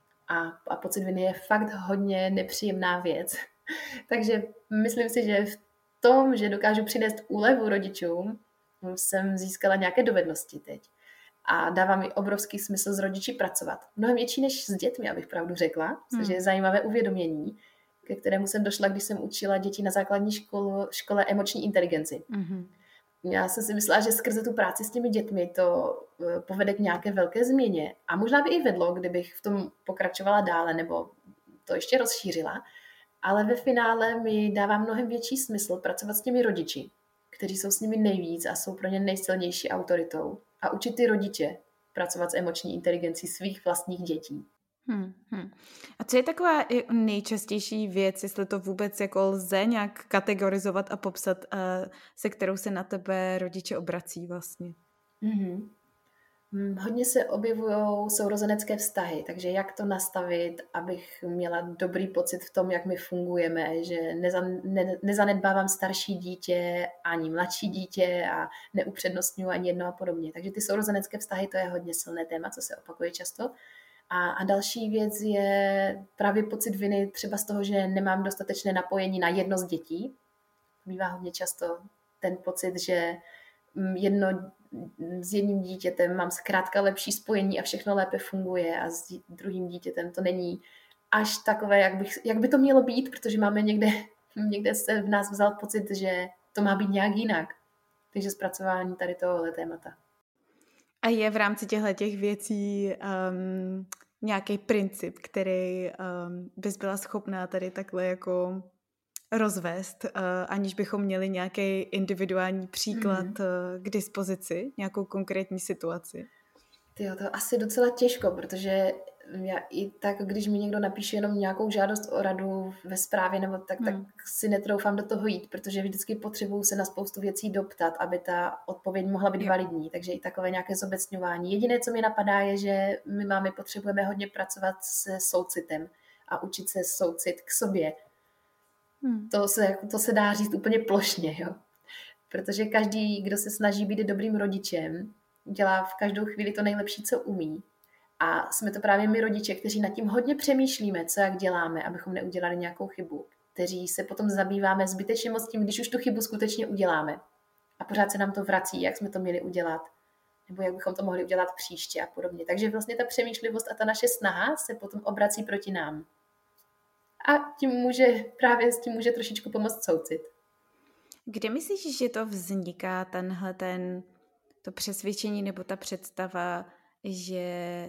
A pocit viny je fakt hodně nepříjemná věc. Takže myslím si, že v tom, že dokážu přinést úlevu rodičům, jsem získala nějaké dovednosti teď. A dává mi obrovský smysl s rodiči pracovat. Mnohem větší než s dětmi, abych pravdu řekla, což je zajímavé uvědomění, ke kterému jsem došla, když jsem učila děti na základní škole emoční inteligenci. Já jsem si myslela, že skrze tu práci s těmi dětmi to povede k nějaké velké změně. A možná by i vedlo, kdybych v tom pokračovala dále nebo to ještě rozšířila. Ale ve finále mi dává mnohem větší smysl pracovat s těmi rodiči, kteří jsou s nimi nejvíc a jsou pro ně nejsilnější autoritou. A učit ty rodiče pracovat s emoční inteligencí svých vlastních dětí. A co je taková nejčastější věc, jestli to vůbec jako lze nějak kategorizovat a popsat, se kterou se na tebe rodiče obrací vlastně? Hodně se objevují sourozenecké vztahy, takže jak to nastavit, abych měla dobrý pocit v tom, jak my fungujeme, že nezanedbávám starší dítě ani mladší dítě a neupřednostňuji ani jedno a podobně. Takže ty sourozenecké vztahy, to je hodně silné téma, co se opakuje často. A další věc je právě pocit viny třeba z toho, že nemám dostatečné napojení na jedno z dětí. Bývá hodně často ten pocit, že s jedním dítětem mám zkrátka lepší spojení a všechno lépe funguje a s druhým dítětem to není až takové, jak by to mělo být, protože máme někde se v nás vzal pocit, že to má být nějak jinak. Takže zpracování tady tohohle témata. A je v rámci těch věcí nějaký princip, který bys byla schopná tady takhle jako rozvést, aniž bychom měli nějaký individuální příklad k dispozici, nějakou konkrétní situaci? Tyjo, to asi docela těžko, protože já i tak, když mi někdo napíše jenom nějakou žádost o radu ve zprávě, nebo tak si netroufám do toho jít, protože vždycky potřebuju se na spoustu věcí doptat, aby ta odpověď mohla být validní, takže i takové nějaké zobecňování. Jediné, co mi napadá, je, že my mámy potřebujeme hodně pracovat se soucitem a učit se soucit k sobě. To se dá říct úplně plošně, jo. Protože každý, kdo se snaží být dobrým rodičem, dělá v každou chvíli to nejlepší, co umí. A jsme to právě my rodiče, kteří nad tím hodně přemýšlíme, co jak děláme, abychom neudělali nějakou chybu. Kteří se potom zabýváme zbytečně moc tím, když už tu chybu skutečně uděláme. A pořád se nám to vrací, jak jsme to měli udělat, nebo jak bychom to mohli udělat příště a podobně. Takže vlastně ta přemýšlivost a ta naše snaha se potom obrací proti nám. A s tím může trošičku pomoct soucit. Kde myslíš, že to vzniká, to přesvědčení nebo ta představa, že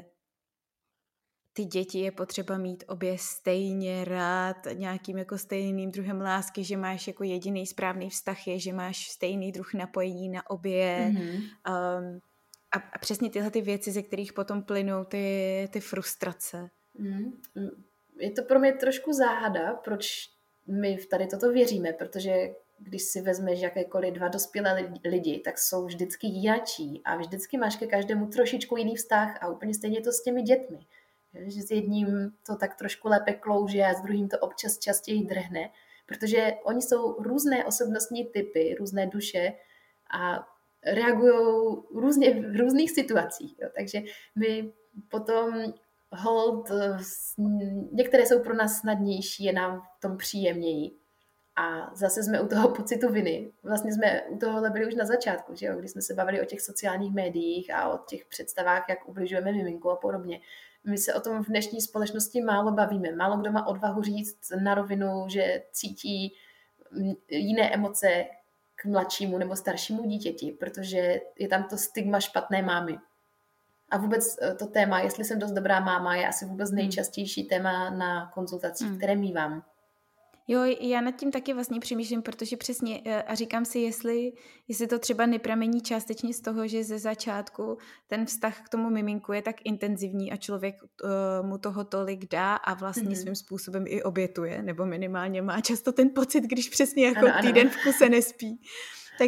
ty děti je potřeba mít obě stejně rád, nějakým jako stejným druhem lásky, že máš jako jediný správný vztah je, že máš stejný druh napojení na obě a přesně tyhle ty věci, ze kterých potom plynou ty frustrace. je to pro mě trošku záhada, proč my tady toto věříme, protože když si vezmeš jakékoliv dva dospělé lidi, tak jsou vždycky jinačí a vždycky máš ke každému trošičku jiný vztah a úplně stejně to s těmi dětmi. Že s jedním to tak trošku lépe klouže a s druhým to občas častěji drhne, protože oni jsou různé osobnostní typy, různé duše a reagují různě v různých situacích. Jo. Takže my potom hold, některé jsou pro nás snadnější, je nám v tom příjemněji. A zase jsme u toho pocitu viny. Vlastně jsme u tohohle byli už na začátku, že jo? Když jsme se bavili o těch sociálních médiích a o těch představách, jak ubližujeme miminku a podobně. My se o tom v dnešní společnosti málo bavíme. Málo kdo má odvahu říct na rovinu, že cítí jiné emoce k mladšímu nebo staršímu dítěti, protože je tam to stigma špatné mámy. A vůbec to téma, jestli jsem dost dobrá máma, je asi vůbec nejčastější téma na konzultacích, které mívám. Jo, já nad tím taky vlastně přemýšlím, protože přesně a říkám si, jestli to třeba nepramení částečně z toho, že ze začátku ten vztah k tomu miminku je tak intenzivní a člověk mu toho tolik dá a vlastně svým způsobem i obětuje, nebo minimálně má často ten pocit, když přesně jako týden v kuse nespí. Tak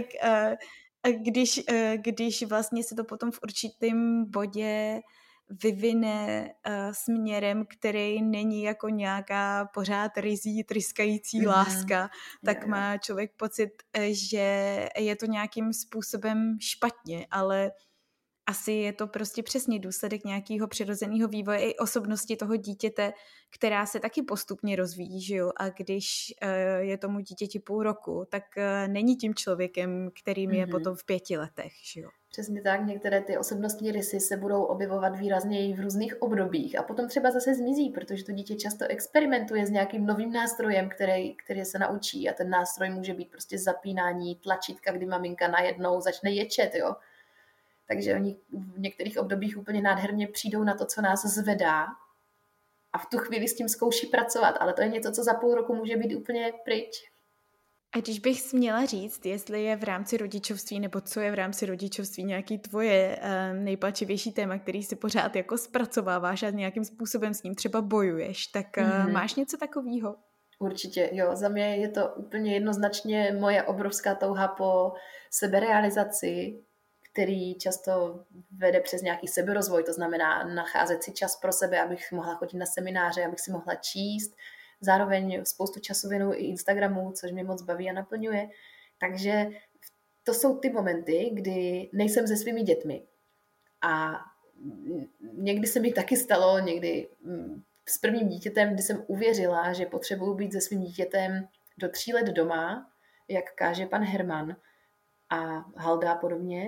když vlastně se to potom v určitém bodě vyvine směrem, který není jako nějaká pořád ryzí, tryskající láska, tak má člověk pocit, že je to nějakým způsobem špatně, ale asi je to prostě přesně důsledek nějakého přirozeného vývoje i osobnosti toho dítěte, která se taky postupně rozvíjí, že jo? A když je tomu dítěti 0,5 roku, tak není tím člověkem, kterým je potom v 5 letech, že jo? Přesně tak, některé ty osobnostní rysy se budou objevovat výrazněji v různých obdobích a potom třeba zase zmizí, protože to dítě často experimentuje s nějakým novým nástrojem, který se naučí a ten nástroj může být prostě zapínání tlačítka, kdy maminka najednou začne ječet, jo. Takže oni v některých obdobích úplně nádherně přijdou na to, co nás zvedá a v tu chvíli s tím zkouší pracovat, ale to je něco, co za 0,5 roku může být úplně pryč. A když bych směla říct, jestli je v rámci rodičovství, nebo co je v rámci rodičovství nějaký tvoje nejpalčivější téma, který si pořád jako zpracováváš a nějakým způsobem s ním třeba bojuješ, tak máš něco takového? Určitě, jo. Za mě je to úplně jednoznačně moje obrovská touha po seberealizaci, který často vede přes nějaký seberozvoj, to znamená nacházet si čas pro sebe, abych mohla chodit na semináře, abych si mohla číst. Zároveň spoustu času věnuju i Instagramu, což mě moc baví a naplňuje. Takže to jsou ty momenty, kdy nejsem se svými dětmi. A někdy se mi taky stalo, někdy s prvním dítětem, kdy jsem uvěřila, že potřebuju být se svým dítětem do 3 let doma, jak káže pan Herman a Halda a podobně.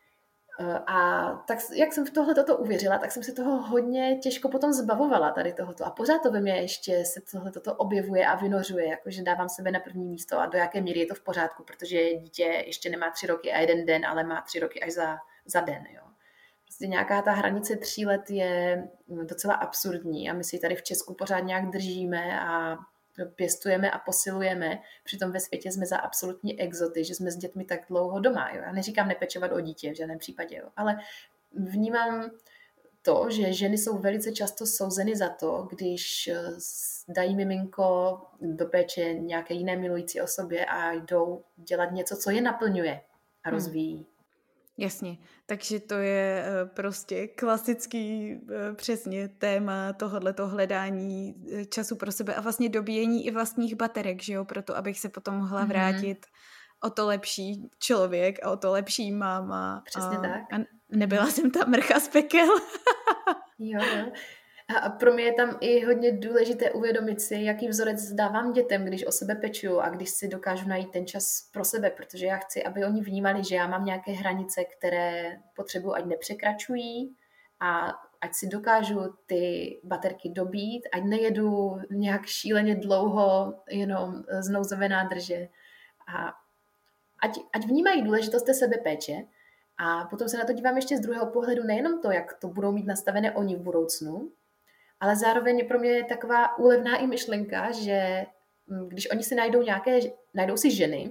A tak jak jsem v tohle toto uvěřila, tak jsem se toho hodně těžko potom zbavovala tady tohoto. A pořád to ve mně ještě se tohle toto objevuje a vynořuje, jakože dávám sebe na první místo a do jaké míry je to v pořádku, protože dítě ještě nemá 3 roky a 1 den, ale má 3 roky až za den. Jo. Prostě nějaká ta hranice 3 let je docela absurdní a my si tady v Česku pořád nějak držíme a pěstujeme a posilujeme. Přitom ve světě jsme za absolutní exoty, že jsme s dětmi tak dlouho doma. Jo. Já neříkám nepečovat o dítě v žádném případě, jo. Ale vnímám to, že ženy jsou velice často souzeny za to, když dají miminko do péče nějaké jiné milující osobě a jdou dělat něco, co je naplňuje a rozvíjí. Jasně, takže to je prostě klasický přesně téma tohoto hledání času pro sebe a vlastně dobíjení i vlastních baterek, že jo, proto abych se potom mohla vrátit o to lepší člověk a o to lepší máma. Přesně tak. A nebyla jsem ta mrcha z pekel. Jo. A pro mě je tam i hodně důležité uvědomit si, jaký vzorec dávám dětem, když o sebe pečuju a když si dokážu najít ten čas pro sebe, protože já chci, aby oni vnímali, že já mám nějaké hranice, které potřebuji, ať nepřekračují a ať si dokážu ty baterky dobít, ať nejedu nějak šíleně dlouho jenom z nouzové nádrže. A ať vnímají důležitost té sebepéče. A potom se na to dívám ještě z druhého pohledu, nejenom to, jak to budou mít nastavené oni v budoucnu, ale zároveň pro mě je taková úlevná i myšlenka, že když oni si najdou si ženy,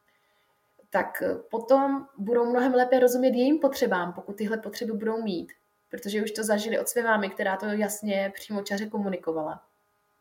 tak potom budou mnohem lépe rozumět jejím potřebám, pokud tyhle potřeby budou mít. Protože už to zažili od své mámy, která to jasně přímočaře komunikovala.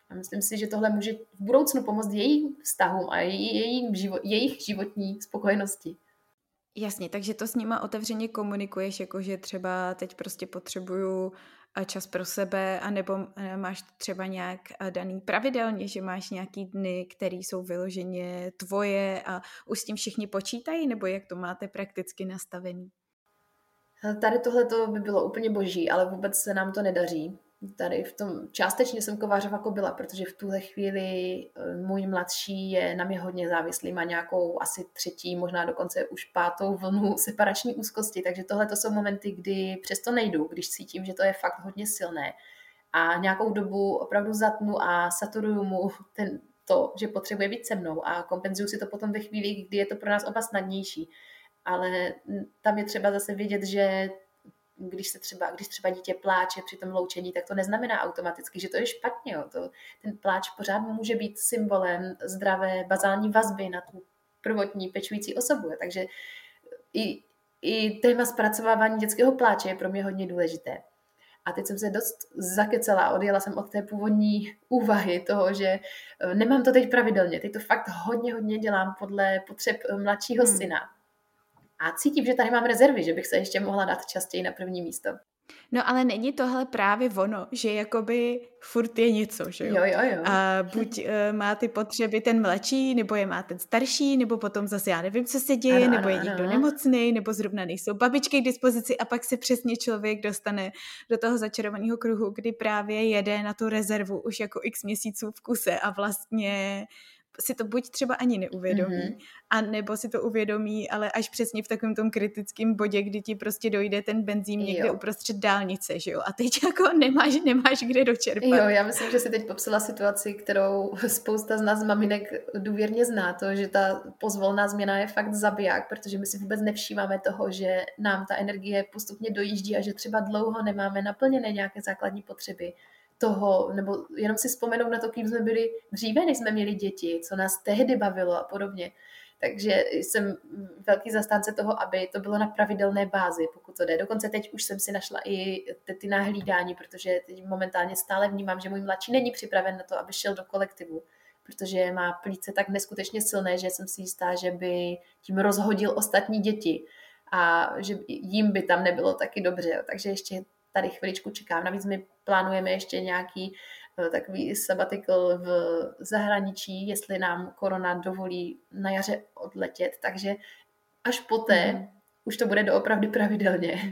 A myslím si, že tohle může v budoucnu pomoct jejím vztahům a jejich životní spokojenosti. Jasně, takže to s nima otevřeně komunikuješ, jako že třeba teď prostě potřebuju čas pro sebe, anebo máš to třeba nějak daný pravidelně, že máš nějaký dny, které jsou vyloženě tvoje a už s tím všichni počítají, nebo jak to máte prakticky nastavený? Tady tohle by bylo úplně boží, ale vůbec se nám to nedaří. Tady v tom částečně jsem kovářová kobila, protože v tuhle chvíli můj mladší je na mě hodně závislý, má nějakou asi 3., možná dokonce už 5. vlnu separační úzkosti, takže tohle to jsou momenty, kdy přesto nejdu, když cítím, že to je fakt hodně silné. A nějakou dobu opravdu zatnu a saturuju mu to, že potřebuje být se mnou a kompenzuju si to potom ve chvíli, kdy je to pro nás oba snadnější. Ale tam je třeba zase vědět, že když třeba dítě pláče při tom loučení, tak to neznamená automaticky, že to je špatně. Jo. Ten pláč pořád může být symbolem zdravé bazální vazby na tu prvotní pečující osobu. Jo. Takže i téma zpracovávání dětského pláče je pro mě hodně důležité. A teď jsem se dost zakecala a odjela jsem od té původní úvahy toho, že nemám to teď pravidelně. Teď to fakt hodně dělám podle potřeb mladšího syna. A cítím, že tady mám rezervy, že bych se ještě mohla dát častěji na první místo. No ale není tohle právě ono, že jakoby furt je něco, že jo? Jo. A buď má ty potřeby ten mladší, nebo je má ten starší, nebo potom zase já nevím, co se děje, ano, nebo je někdo nemocný, nebo zrovna nejsou babičky k dispozici a pak se přesně člověk dostane do toho začarovaného kruhu, kdy právě jede na tu rezervu už jako x měsíců v kuse a vlastně si to buď třeba ani neuvědomí, a nebo si to uvědomí, ale až přesně v takovém tom kritickém bodě, kdy ti prostě dojde ten benzín někde uprostřed dálnice, že jo? A teď jako nemáš kde dočerpat. Jo, já myslím, že si teď popsala situaci, kterou spousta z nás maminek důvěrně zná, to, že ta pozvolná změna je fakt zabiják, protože my si vůbec nevšímáme toho, že nám ta energie postupně dojíždí a že třeba dlouho nemáme naplněné nějaké základní potřeby toho, nebo jenom si vzpomenout na to, kým jsme byli dříve, než jsme měli děti, co nás tehdy bavilo a podobně. Takže jsem velký zastánce toho, aby to bylo na pravidelné bázi, pokud to jde. Dokonce teď už jsem si našla i ty hlídání, protože teď momentálně stále vnímám, že můj mladší není připraven na to, aby šel do kolektivu, protože má plíce tak neskutečně silné, že jsem si jistá, že by tím rozhodil ostatní děti a že jim by tam nebylo taky dobře. Takže ještě tady chviličku čekám. Navíc my plánujeme ještě nějaký takový sabbatical v zahraničí, jestli nám korona dovolí na jaře odletět, takže až poté už to bude doopravdy pravidelně.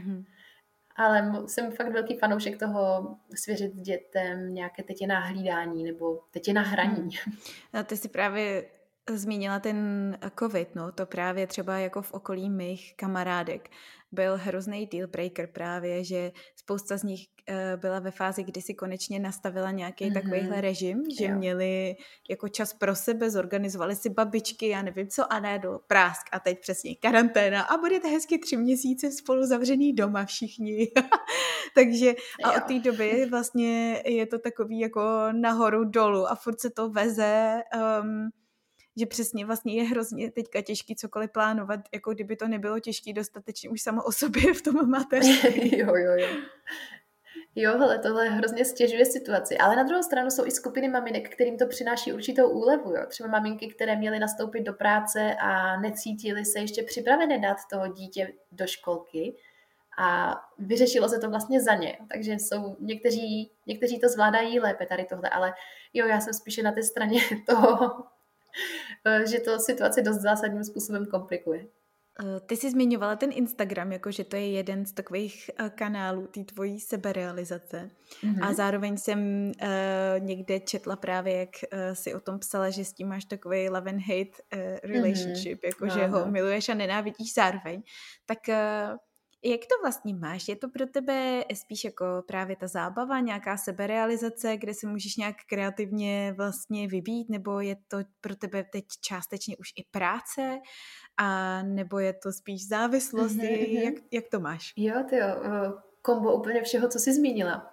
Ale jsem fakt velký fanoušek toho svěřit dětem nějaké tetěná hlídání nebo tetěná hraní. No, ty jsi právě zmínila ten covid, no, to právě třeba jako v okolí mých kamarádek byl hrozný deal breaker právě, že spousta z nich byla ve fázi, kdy si konečně nastavila nějaký takovýhle režim, že měli jako čas pro sebe, zorganizovali si babičky, já nevím co, a ne do prásk a teď přesně karanténa a budete hezky 3 měsíce spolu zavřený doma všichni. Takže a od té doby vlastně je to takový jako nahoru dolů a furt se to veze, že přesně vlastně je hrozně teďka těžký cokoliv plánovat, jako kdyby to nebylo těžký dostatečně už samo o sobě v tom mateřství. Jo, hele, tohle hrozně stěžuje situaci. Ale na druhou stranu jsou i skupiny maminek, kterým to přináší určitou úlevu. Jo. Třeba maminky, které měly nastoupit do práce a necítily se ještě připravené dát toho dítě do školky a vyřešilo se to vlastně za ně. Takže jsou někteří to zvládají lépe tady tohle, ale jo, já jsem spíše na té straně toho, že to situaci dost zásadním způsobem komplikuje. Ty jsi zmiňovala ten Instagram, jako že to je jeden z takových kanálů té tvojí seberealizace. A zároveň jsem někde četla právě, jak si o tom psala, že s tím máš takový love and hate relationship, jako že ho miluješ a nenávidíš zároveň. Tak jak to vlastně máš? Je to pro tebe spíš jako právě ta zábava, nějaká seberealizace, kde se můžeš nějak kreativně vlastně vybít, nebo je to pro tebe teď částečně už i práce, a nebo je to spíš závislost? Jak to máš? Jo, kombo úplně všeho, co jsi zmínila.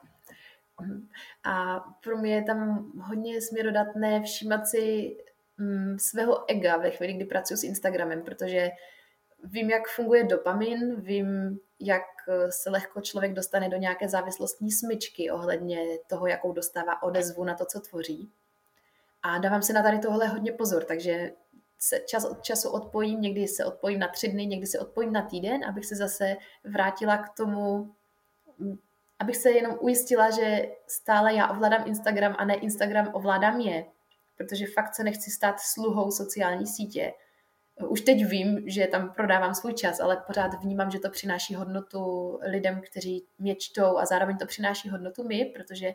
A pro mě je tam hodně směrodatné všímat si svého ega ve chvíli, kdy pracuji s Instagramem, protože vím, jak funguje dopamin, vím, jak se lehko člověk dostane do nějaké závislostní smyčky ohledně toho, jakou dostává odezvu na to, co tvoří. A dávám se na tady tohle hodně pozor, takže se čas od času odpojím, někdy se odpojím na 3 dny, někdy se odpojím na týden, abych se zase vrátila k tomu, abych se jenom ujistila, že stále já ovládám Instagram a ne Instagram ovládá mě, protože fakt se nechci stát sluhou sociální sítě. Už teď vím, že tam prodávám svůj čas, ale pořád vnímám, že to přináší hodnotu lidem, kteří mě čtou a zároveň to přináší hodnotu mi, protože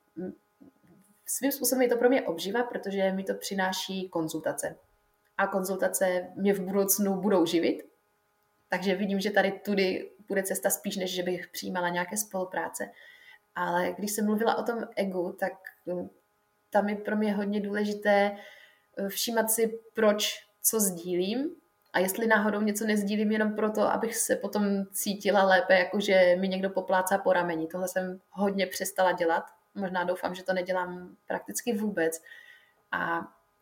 svým způsobem je to pro mě obživa, protože mi to přináší konzultace. A konzultace mě v budoucnu budou živit, takže vidím, že tady tudy bude cesta spíš, než že bych přijímala nějaké spolupráce. Ale když jsem mluvila o tom egu, tak tam je pro mě hodně důležité všímat si, proč, co sdílím a jestli náhodou něco nezdílím jenom proto, abych se potom cítila lépe, jakože mi někdo poplácá po rameni. Tohle jsem hodně přestala dělat. Možná doufám, že to nedělám prakticky vůbec. A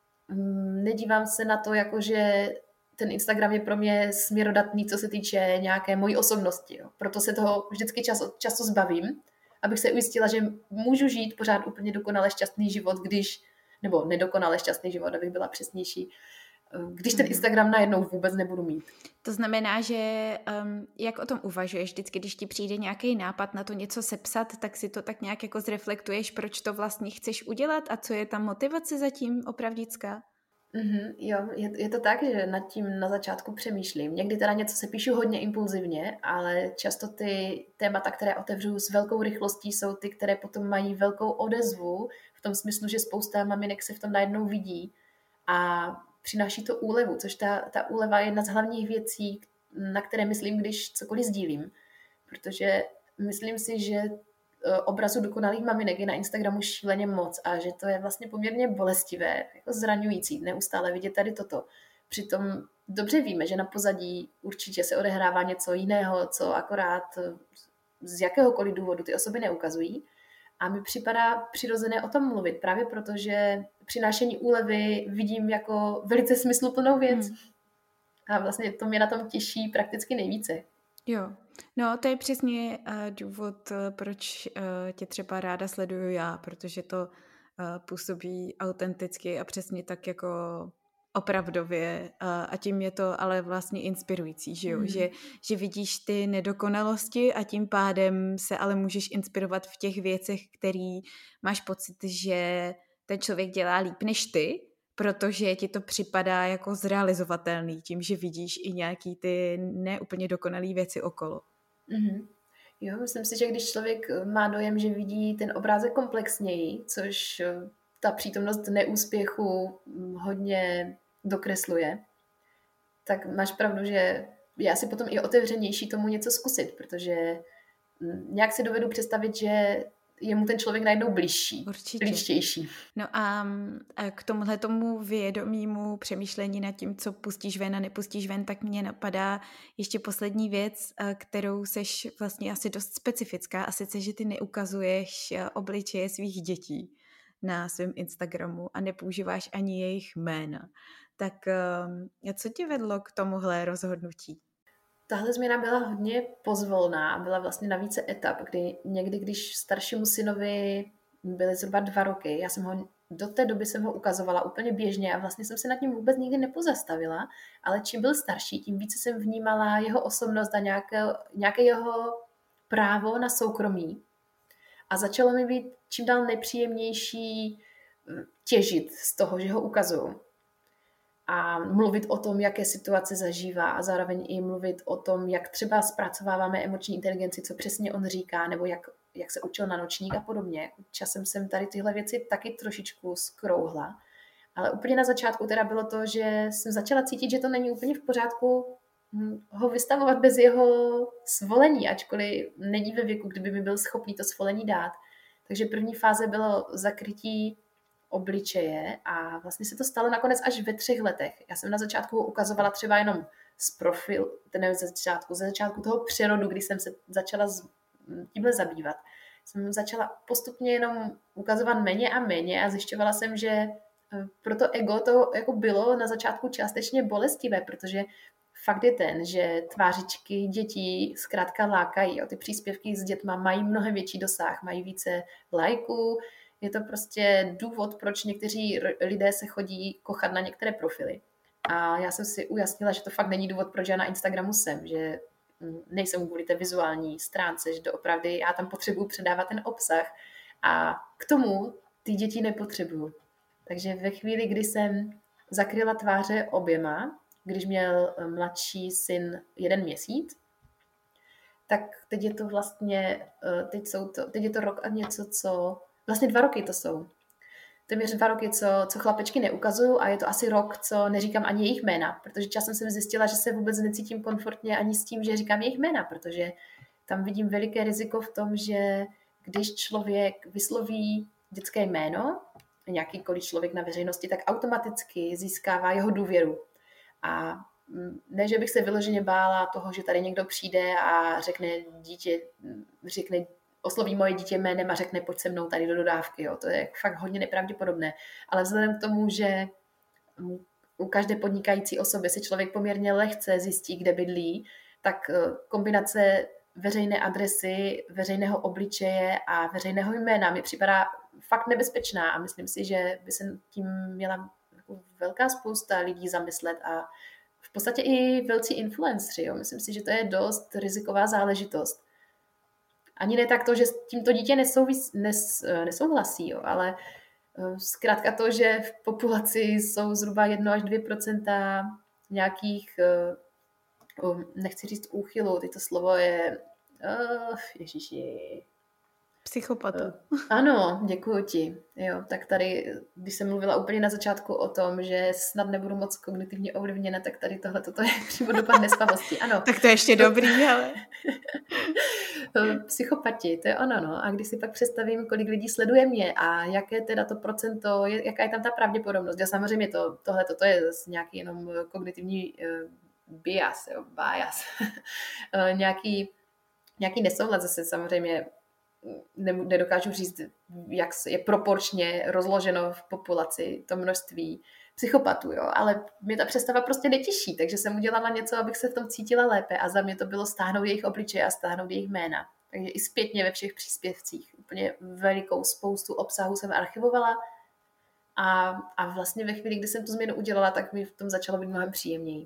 nedívám se na to, jakože ten Instagram je pro mě směrodatný, co se týče nějaké mojí osobnosti. Jo. Proto se toho vždycky čas od času zbavím, abych se ujistila, že můžu žít pořád úplně dokonale šťastný život, nebo nedokonale šťastný život, abych byla přesnější, když ten Instagram najednou vůbec nebudu mít. To znamená, že jak o tom uvažuješ, vždycky, když ti přijde nějaký nápad na to něco sepsat, tak si to tak nějak jako zreflektuješ, proč to vlastně chceš udělat a co je tam motivace zatím opravdická? Jo, je to tak, že nad tím na začátku přemýšlím. Někdy teda něco se píšu hodně impulzivně, ale často ty témata, které otevřu s velkou rychlostí, jsou ty, které potom mají velkou odezvu, v tom smyslu, že spousta maminek se v tom najednou vidí a přináší to úlevu, což ta úleva je jedna z hlavních věcí, na které myslím, když cokoliv sdílím. Protože myslím si, že obrazu dokonalých maminek je na Instagramu šíleně moc a že to je vlastně poměrně bolestivé, jako zraňující, neustále vidět tady toto. Přitom dobře víme, že na pozadí určitě se odehrává něco jiného, co akorát z jakéhokoliv důvodu ty osoby neukazují. A mi připadá přirozené o tom mluvit, právě proto, že přinášení úlevy vidím jako velice smysluplnou věc. A vlastně to mě na tom těší prakticky nejvíce. Jo, no to je přesně důvod, proč tě třeba ráda sleduju já, protože to působí autenticky a přesně tak jako opravdově a tím je to ale vlastně inspirující, že jo? Že vidíš ty nedokonalosti a tím pádem se ale můžeš inspirovat v těch věcech, který máš pocit, že ten člověk dělá líp než ty, protože ti to připadá jako zrealizovatelný tím, že vidíš i nějaký ty neúplně dokonalý věci okolo. Jo, myslím si, že když člověk má dojem, že vidí ten obrázek komplexněji, což ta přítomnost neúspěchu hodně dokresluje, tak máš pravdu, že je asi potom i otevřenější tomu něco zkusit, protože nějak si dovedu představit, že je mu ten člověk najednou blížtější. No a k tomu vědomímu přemýšlení nad tím, co pustíš ven a nepustíš ven, tak mě napadá ještě poslední věc, kterou seš vlastně asi dost specifická, a sice, že ty neukazuješ obličeje svých dětí na svém Instagramu a nepoužíváš ani jejich jména. Tak co tě vedlo k tomuhle rozhodnutí? Tahle změna byla hodně pozvolná, byla vlastně na více etap, kdy někdy, když staršímu synovi byly zhruba 2 roky, do té doby jsem ho ukazovala úplně běžně a vlastně jsem se nad ním vůbec nikdy nepozastavila, ale čím byl starší, tím více jsem vnímala jeho osobnost a nějaké jeho právo na soukromí. A začalo mi být čím dál nepříjemnější těžit z toho, že ho ukazuju. A mluvit o tom, jaké situace zažívá a zároveň i mluvit o tom, jak třeba zpracováváme emoční inteligenci, co přesně on říká, nebo jak se učil na nočník a podobně. Časem jsem tady tyhle věci taky trošičku skrouhla, ale úplně na začátku teda bylo to, že jsem začala cítit, že to není úplně v pořádku ho vystavovat bez jeho svolení, ačkoliv není ve věku, kdyby mi byl schopný to svolení dát. Takže první fáze bylo zakrytí obličeje a vlastně se to stalo nakonec až ve 3 letech. Já jsem na začátku ho ukazovala třeba jenom z profilu, ze začátku toho přerodu, kdy jsem se začala tímhle zabývat. Jsem začala postupně jenom ukazovat méně a méně a zjišťovala jsem, že pro to ego to jako bylo na začátku částečně bolestivé, protože fakt je ten, že tvářičky dětí zkrátka lákají. Jo. Ty příspěvky s dětma mají mnohem větší dosah, mají více lajků. Je to prostě důvod, proč někteří lidé se chodí kochat na některé profily. A já jsem si ujasnila, že to fakt není důvod, proč já na Instagramu jsem, že nejsem kvůli té vizuální stránce, že doopravdy já tam potřebuji předávat ten obsah a k tomu ty děti nepotřebuju. Takže ve chvíli, kdy jsem zakryla tváře oběma, když měl mladší syn 1 měsíc, tak teď je to vlastně, teď je to rok a něco, vlastně 2 roky to jsou. Téměř 2 roky, co chlapečky neukazuju a je to asi rok, co neříkám ani jejich jména, protože časem jsem zjistila, že se vůbec necítím komfortně ani s tím, že říkám jejich jména, protože tam vidím veliké riziko v tom, že když člověk vysloví dětské jméno, nějakýkoliv člověk na veřejnosti, tak automaticky získává jeho důvěru. A ne, že bych se vyloženě bála toho, že tady někdo přijde a osloví moje dítě jménem a řekne, pojď se mnou tady do dodávky. Jo. To je fakt hodně nepravděpodobné. Ale vzhledem k tomu, že u každé podnikající osoby si člověk poměrně lehce zjistí, kde bydlí, tak kombinace veřejné adresy, veřejného obličeje a veřejného jména mi připadá fakt nebezpečná a myslím si, že by se tím měla velká spousta lidí zamyslet a v podstatě i velcí influenceri. Jo. Myslím si, že to je dost riziková záležitost. Ani ne tak to, že s tímto dítě nesouhlasí, jo, ale zkrátka to, že v populaci jsou zhruba 1 až 2% nějakých, nechci říct úchylů, to slovo je, ježiši. Psychopatů. Ano, děkuji ti. Jo, tak tady, když jsem mluvila úplně na začátku o tom, že snad nebudu moc kognitivně ovlivněna, tak tady toto je přímo dopad nespavosti. Ano. Tak to je ještě dobrý, ale... Psychopati, to je ono, no. A když si pak představím, kolik lidí sleduje mě a jaké teda to procento, jaká je tam ta pravděpodobnost. Já samozřejmě tohle je nějaký jenom kognitivní bias, nějaký nesouhlas zase samozřejmě nedokážu říct, jak je proporčně rozloženo v populaci to množství psychopatů, jo, ale mě ta představa prostě netěší, takže jsem udělala něco, abych se v tom cítila lépe a za mě to bylo stáhnout jejich obličeje a stáhnout jejich jména. Takže i zpětně ve všech příspěvcích. Úplně velikou spoustu obsahu jsem archivovala a vlastně ve chvíli, kdy jsem tu změnu udělala, tak mi v tom začalo být mnohem příjemněji.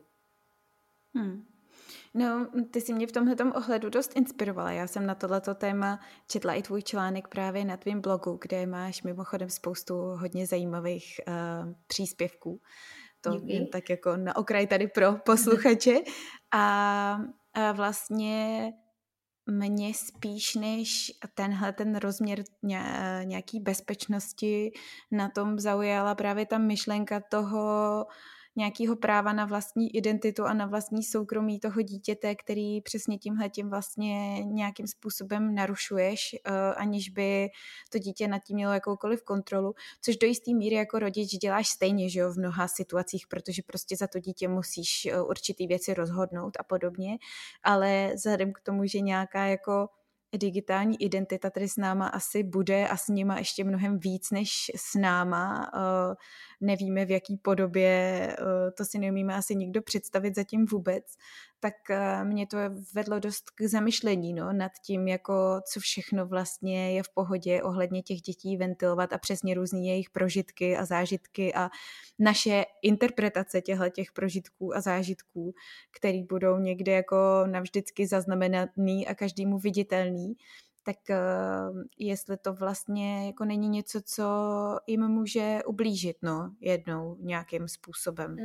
No, ty jsi mě v tomhletom ohledu dost inspirovala. Já jsem na tohleto téma četla i tvůj článek právě na tvém blogu, kde máš mimochodem spoustu hodně zajímavých příspěvků. To jen tak jako na okraj tady pro posluchače. A vlastně mě spíš než ten rozměr nějaký bezpečnosti na tom zaujala právě ta myšlenka toho nějakého práva na vlastní identitu a na vlastní soukromí toho dítěte, který přesně tímhletím vlastně nějakým způsobem narušuješ, aniž by to dítě nad tím mělo jakoukoliv kontrolu, což do jistý míry jako rodič děláš stejně, že jo, v mnoha situacích, protože prostě za to dítě musíš určitý věci rozhodnout a podobně, ale vzhledem k tomu, že nějaká jako digitální identita tady s náma asi bude a s nima ještě mnohem víc než s náma. Nevíme v jaký podobě, to si neumíme asi nikdo představit zatím vůbec. Tak mě to vedlo dost k zamyšlení nad tím, jako co všechno vlastně je v pohodě ohledně těch dětí ventilovat a přesně různý jejich prožitky a zážitky a naše interpretace těch prožitků a zážitků, který budou někde jako navždycky zaznamenaný a každému viditelný, tak jestli to vlastně jako není něco, co jim může ublížit, jednou nějakým způsobem.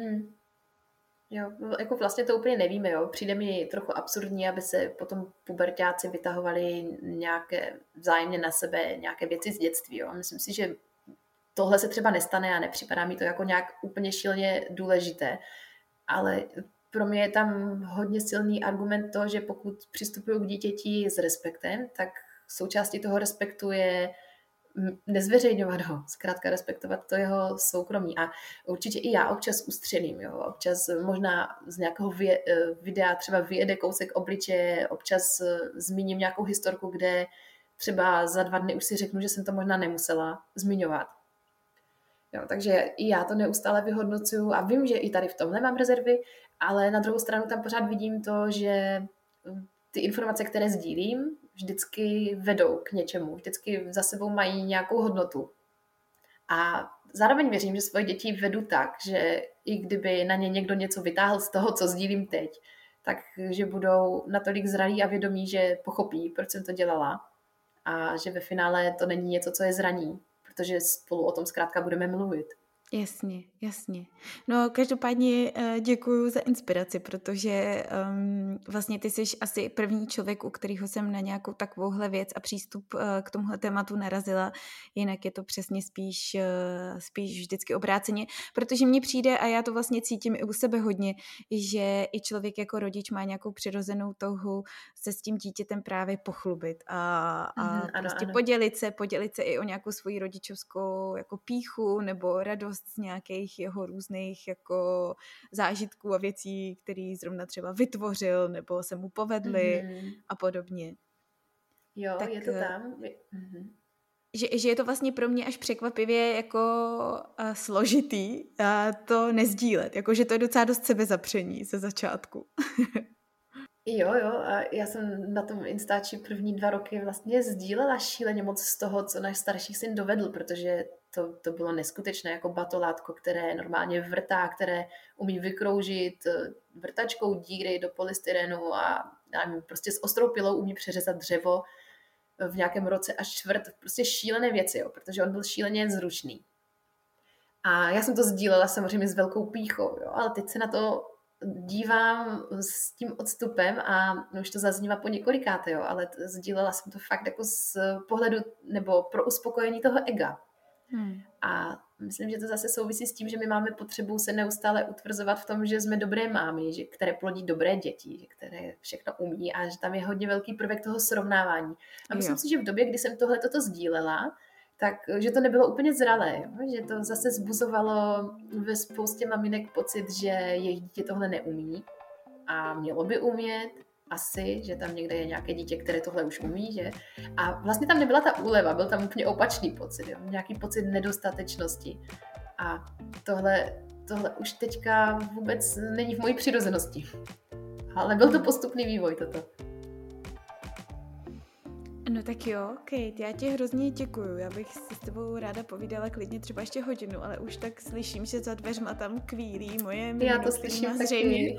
Jo, jako vlastně to úplně nevíme, jo. Přijde mi trochu absurdní, aby se potom puberťáci vytahovali nějaké vzájemně na sebe nějaké věci z dětství, jo. Myslím si, že tohle se třeba nestane a nepřipadá mi to jako nějak úplně šíleně důležité, ale pro mě je tam hodně silný argument to, že pokud přistupuju k dítěti s respektem, tak součástí toho respektu je nezveřejňovat ho, zkrátka respektovat to jeho soukromí. A určitě i já občas ustřelím, jo. Občas možná z nějakého videa třeba vyjede kousek obličeje, občas zmíním nějakou historku, kde třeba za 2 dny už si řeknu, že jsem to možná nemusela zmiňovat. Jo, takže i já to neustále vyhodnocuju a vím, že i tady v tomhle mám rezervy, ale na druhou stranu tam pořád vidím to, že ty informace, které sdílím, vždycky vedou k něčemu, vždycky za sebou mají nějakou hodnotu. A zároveň věřím, že svoje děti vedu tak, že i kdyby na ně někdo něco vytáhl z toho, co sdílím teď, takže budou natolik zralí a vědomí, že pochopí, proč jsem to dělala a že ve finále to není něco, co je zraní, protože spolu o tom zkrátka budeme mluvit. Jasně, jasně. No každopádně děkuju za inspiraci, protože vlastně ty jsi asi první člověk, u kterého jsem na nějakou takovouhle věc a přístup k tomuhle tématu narazila, jinak je to přesně spíš vždycky obráceně, protože mně přijde, a já to vlastně cítím i u sebe hodně, že i člověk jako rodič má nějakou přirozenou touhu se s tím dítětem právě pochlubit a prostě ano. Podělit se i o nějakou svoji rodičovskou jako pýchu nebo radost z nějakých jeho různých jako zážitků a věcí, který zrovna třeba vytvořil nebo se mu povedly a podobně. Jo, tak, je to tam. Že je to vlastně pro mě až překvapivě jako složitý to nezdílet, jako že to je docela dost sebezapření ze začátku. Jo, a já jsem na tom Instači první 2 roky vlastně sdílela šíleně moc z toho, co náš starší syn dovedl, protože to bylo neskutečné, jako batolátko, které normálně vrtá, které umí vykroužit vrtačkou díry do polystyrenu a prostě s ostrou pilou umí přeřezat dřevo v nějakém roce až čtvrt, prostě šílené věci, jo, protože on byl šíleně zručný. A já jsem to sdílela samozřejmě s velkou pýchou, jo, ale teď se na to dívám s tím odstupem a už to zaznívá po několikáté, jo, ale sdílela jsem to fakt jako z pohledu nebo pro uspokojení toho ega. A myslím, že to zase souvisí s tím, že my máme potřebu se neustále utvrzovat v tom, že jsme dobré mámy, že které plodí dobré děti, že které všechno umí a že tam je hodně velký prvek toho srovnávání. A myslím si, že v době, kdy jsem toto sdílela, tak že to nebylo úplně zralé, že to zase zbuzovalo ve spoustě maminek pocit, že jejich dítě tohle neumí a mělo by umět, asi, že tam někde je nějaké dítě, které tohle už umí, že? A vlastně tam nebyla ta úleva, byl tam úplně opačný pocit, jo? Nějaký pocit nedostatečnosti. A tohle už teďka vůbec není v mojí přirozenosti. Ale byl to postupný vývoj toto. No tak jo, Kate, já ti hrozně děkuju. Já bych si s tebou ráda povídala klidně třeba ještě hodinu, ale už tak slyším, že za dveřma tam kvílí moje já to slyším taky.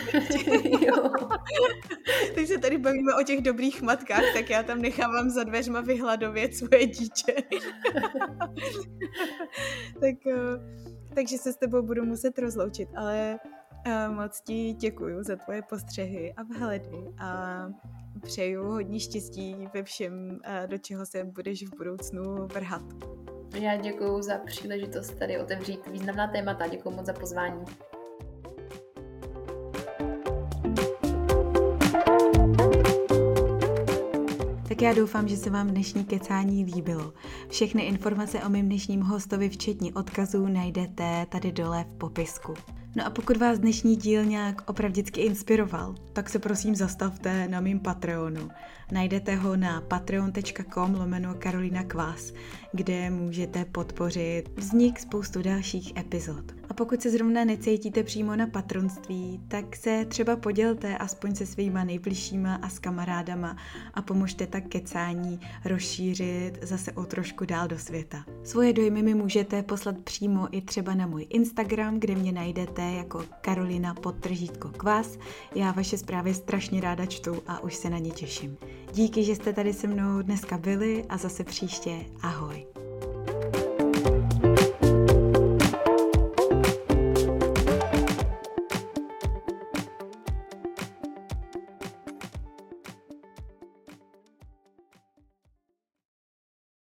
Tak se tady bavíme o těch dobrých matkách, tak já tam nechávám za dveřma vyhladovět svoje dítě. Takže se s tebou budu muset rozloučit, ale moc ti děkuju za tvoje postřehy a vhledy a přeju hodně štěstí ve všem, do čeho se budeš v budoucnu vrhat. Já děkuju za příležitost tady otevřít významná témata. Děkuju moc za pozvání. Tak já doufám, že se vám dnešní kecání líbilo. Všechny informace o mém dnešním hostovi, včetně odkazů, najdete tady dole v popisku. No a pokud vás dnešní díl nějak opravdicky inspiroval, tak se prosím zastavte na mým Patreonu. Najdete ho na patreon.com/Karolina Kvás, kde můžete podpořit vznik spoustu dalších epizod. A pokud se zrovna necítíte přímo na patronství, tak se třeba podělte aspoň se svýma nejbližšíma a s kamarádama a pomožte tak kecání rozšířit zase o trošku dál do světa. Svoje dojmy mi můžete poslat přímo i třeba na můj Instagram, kde mě najdete jako Karolina_Kvás. Já vaše zprávy strašně ráda čtu a už se na ně těším. Díky, že jste tady se mnou dneska byli a zase příště. Ahoj.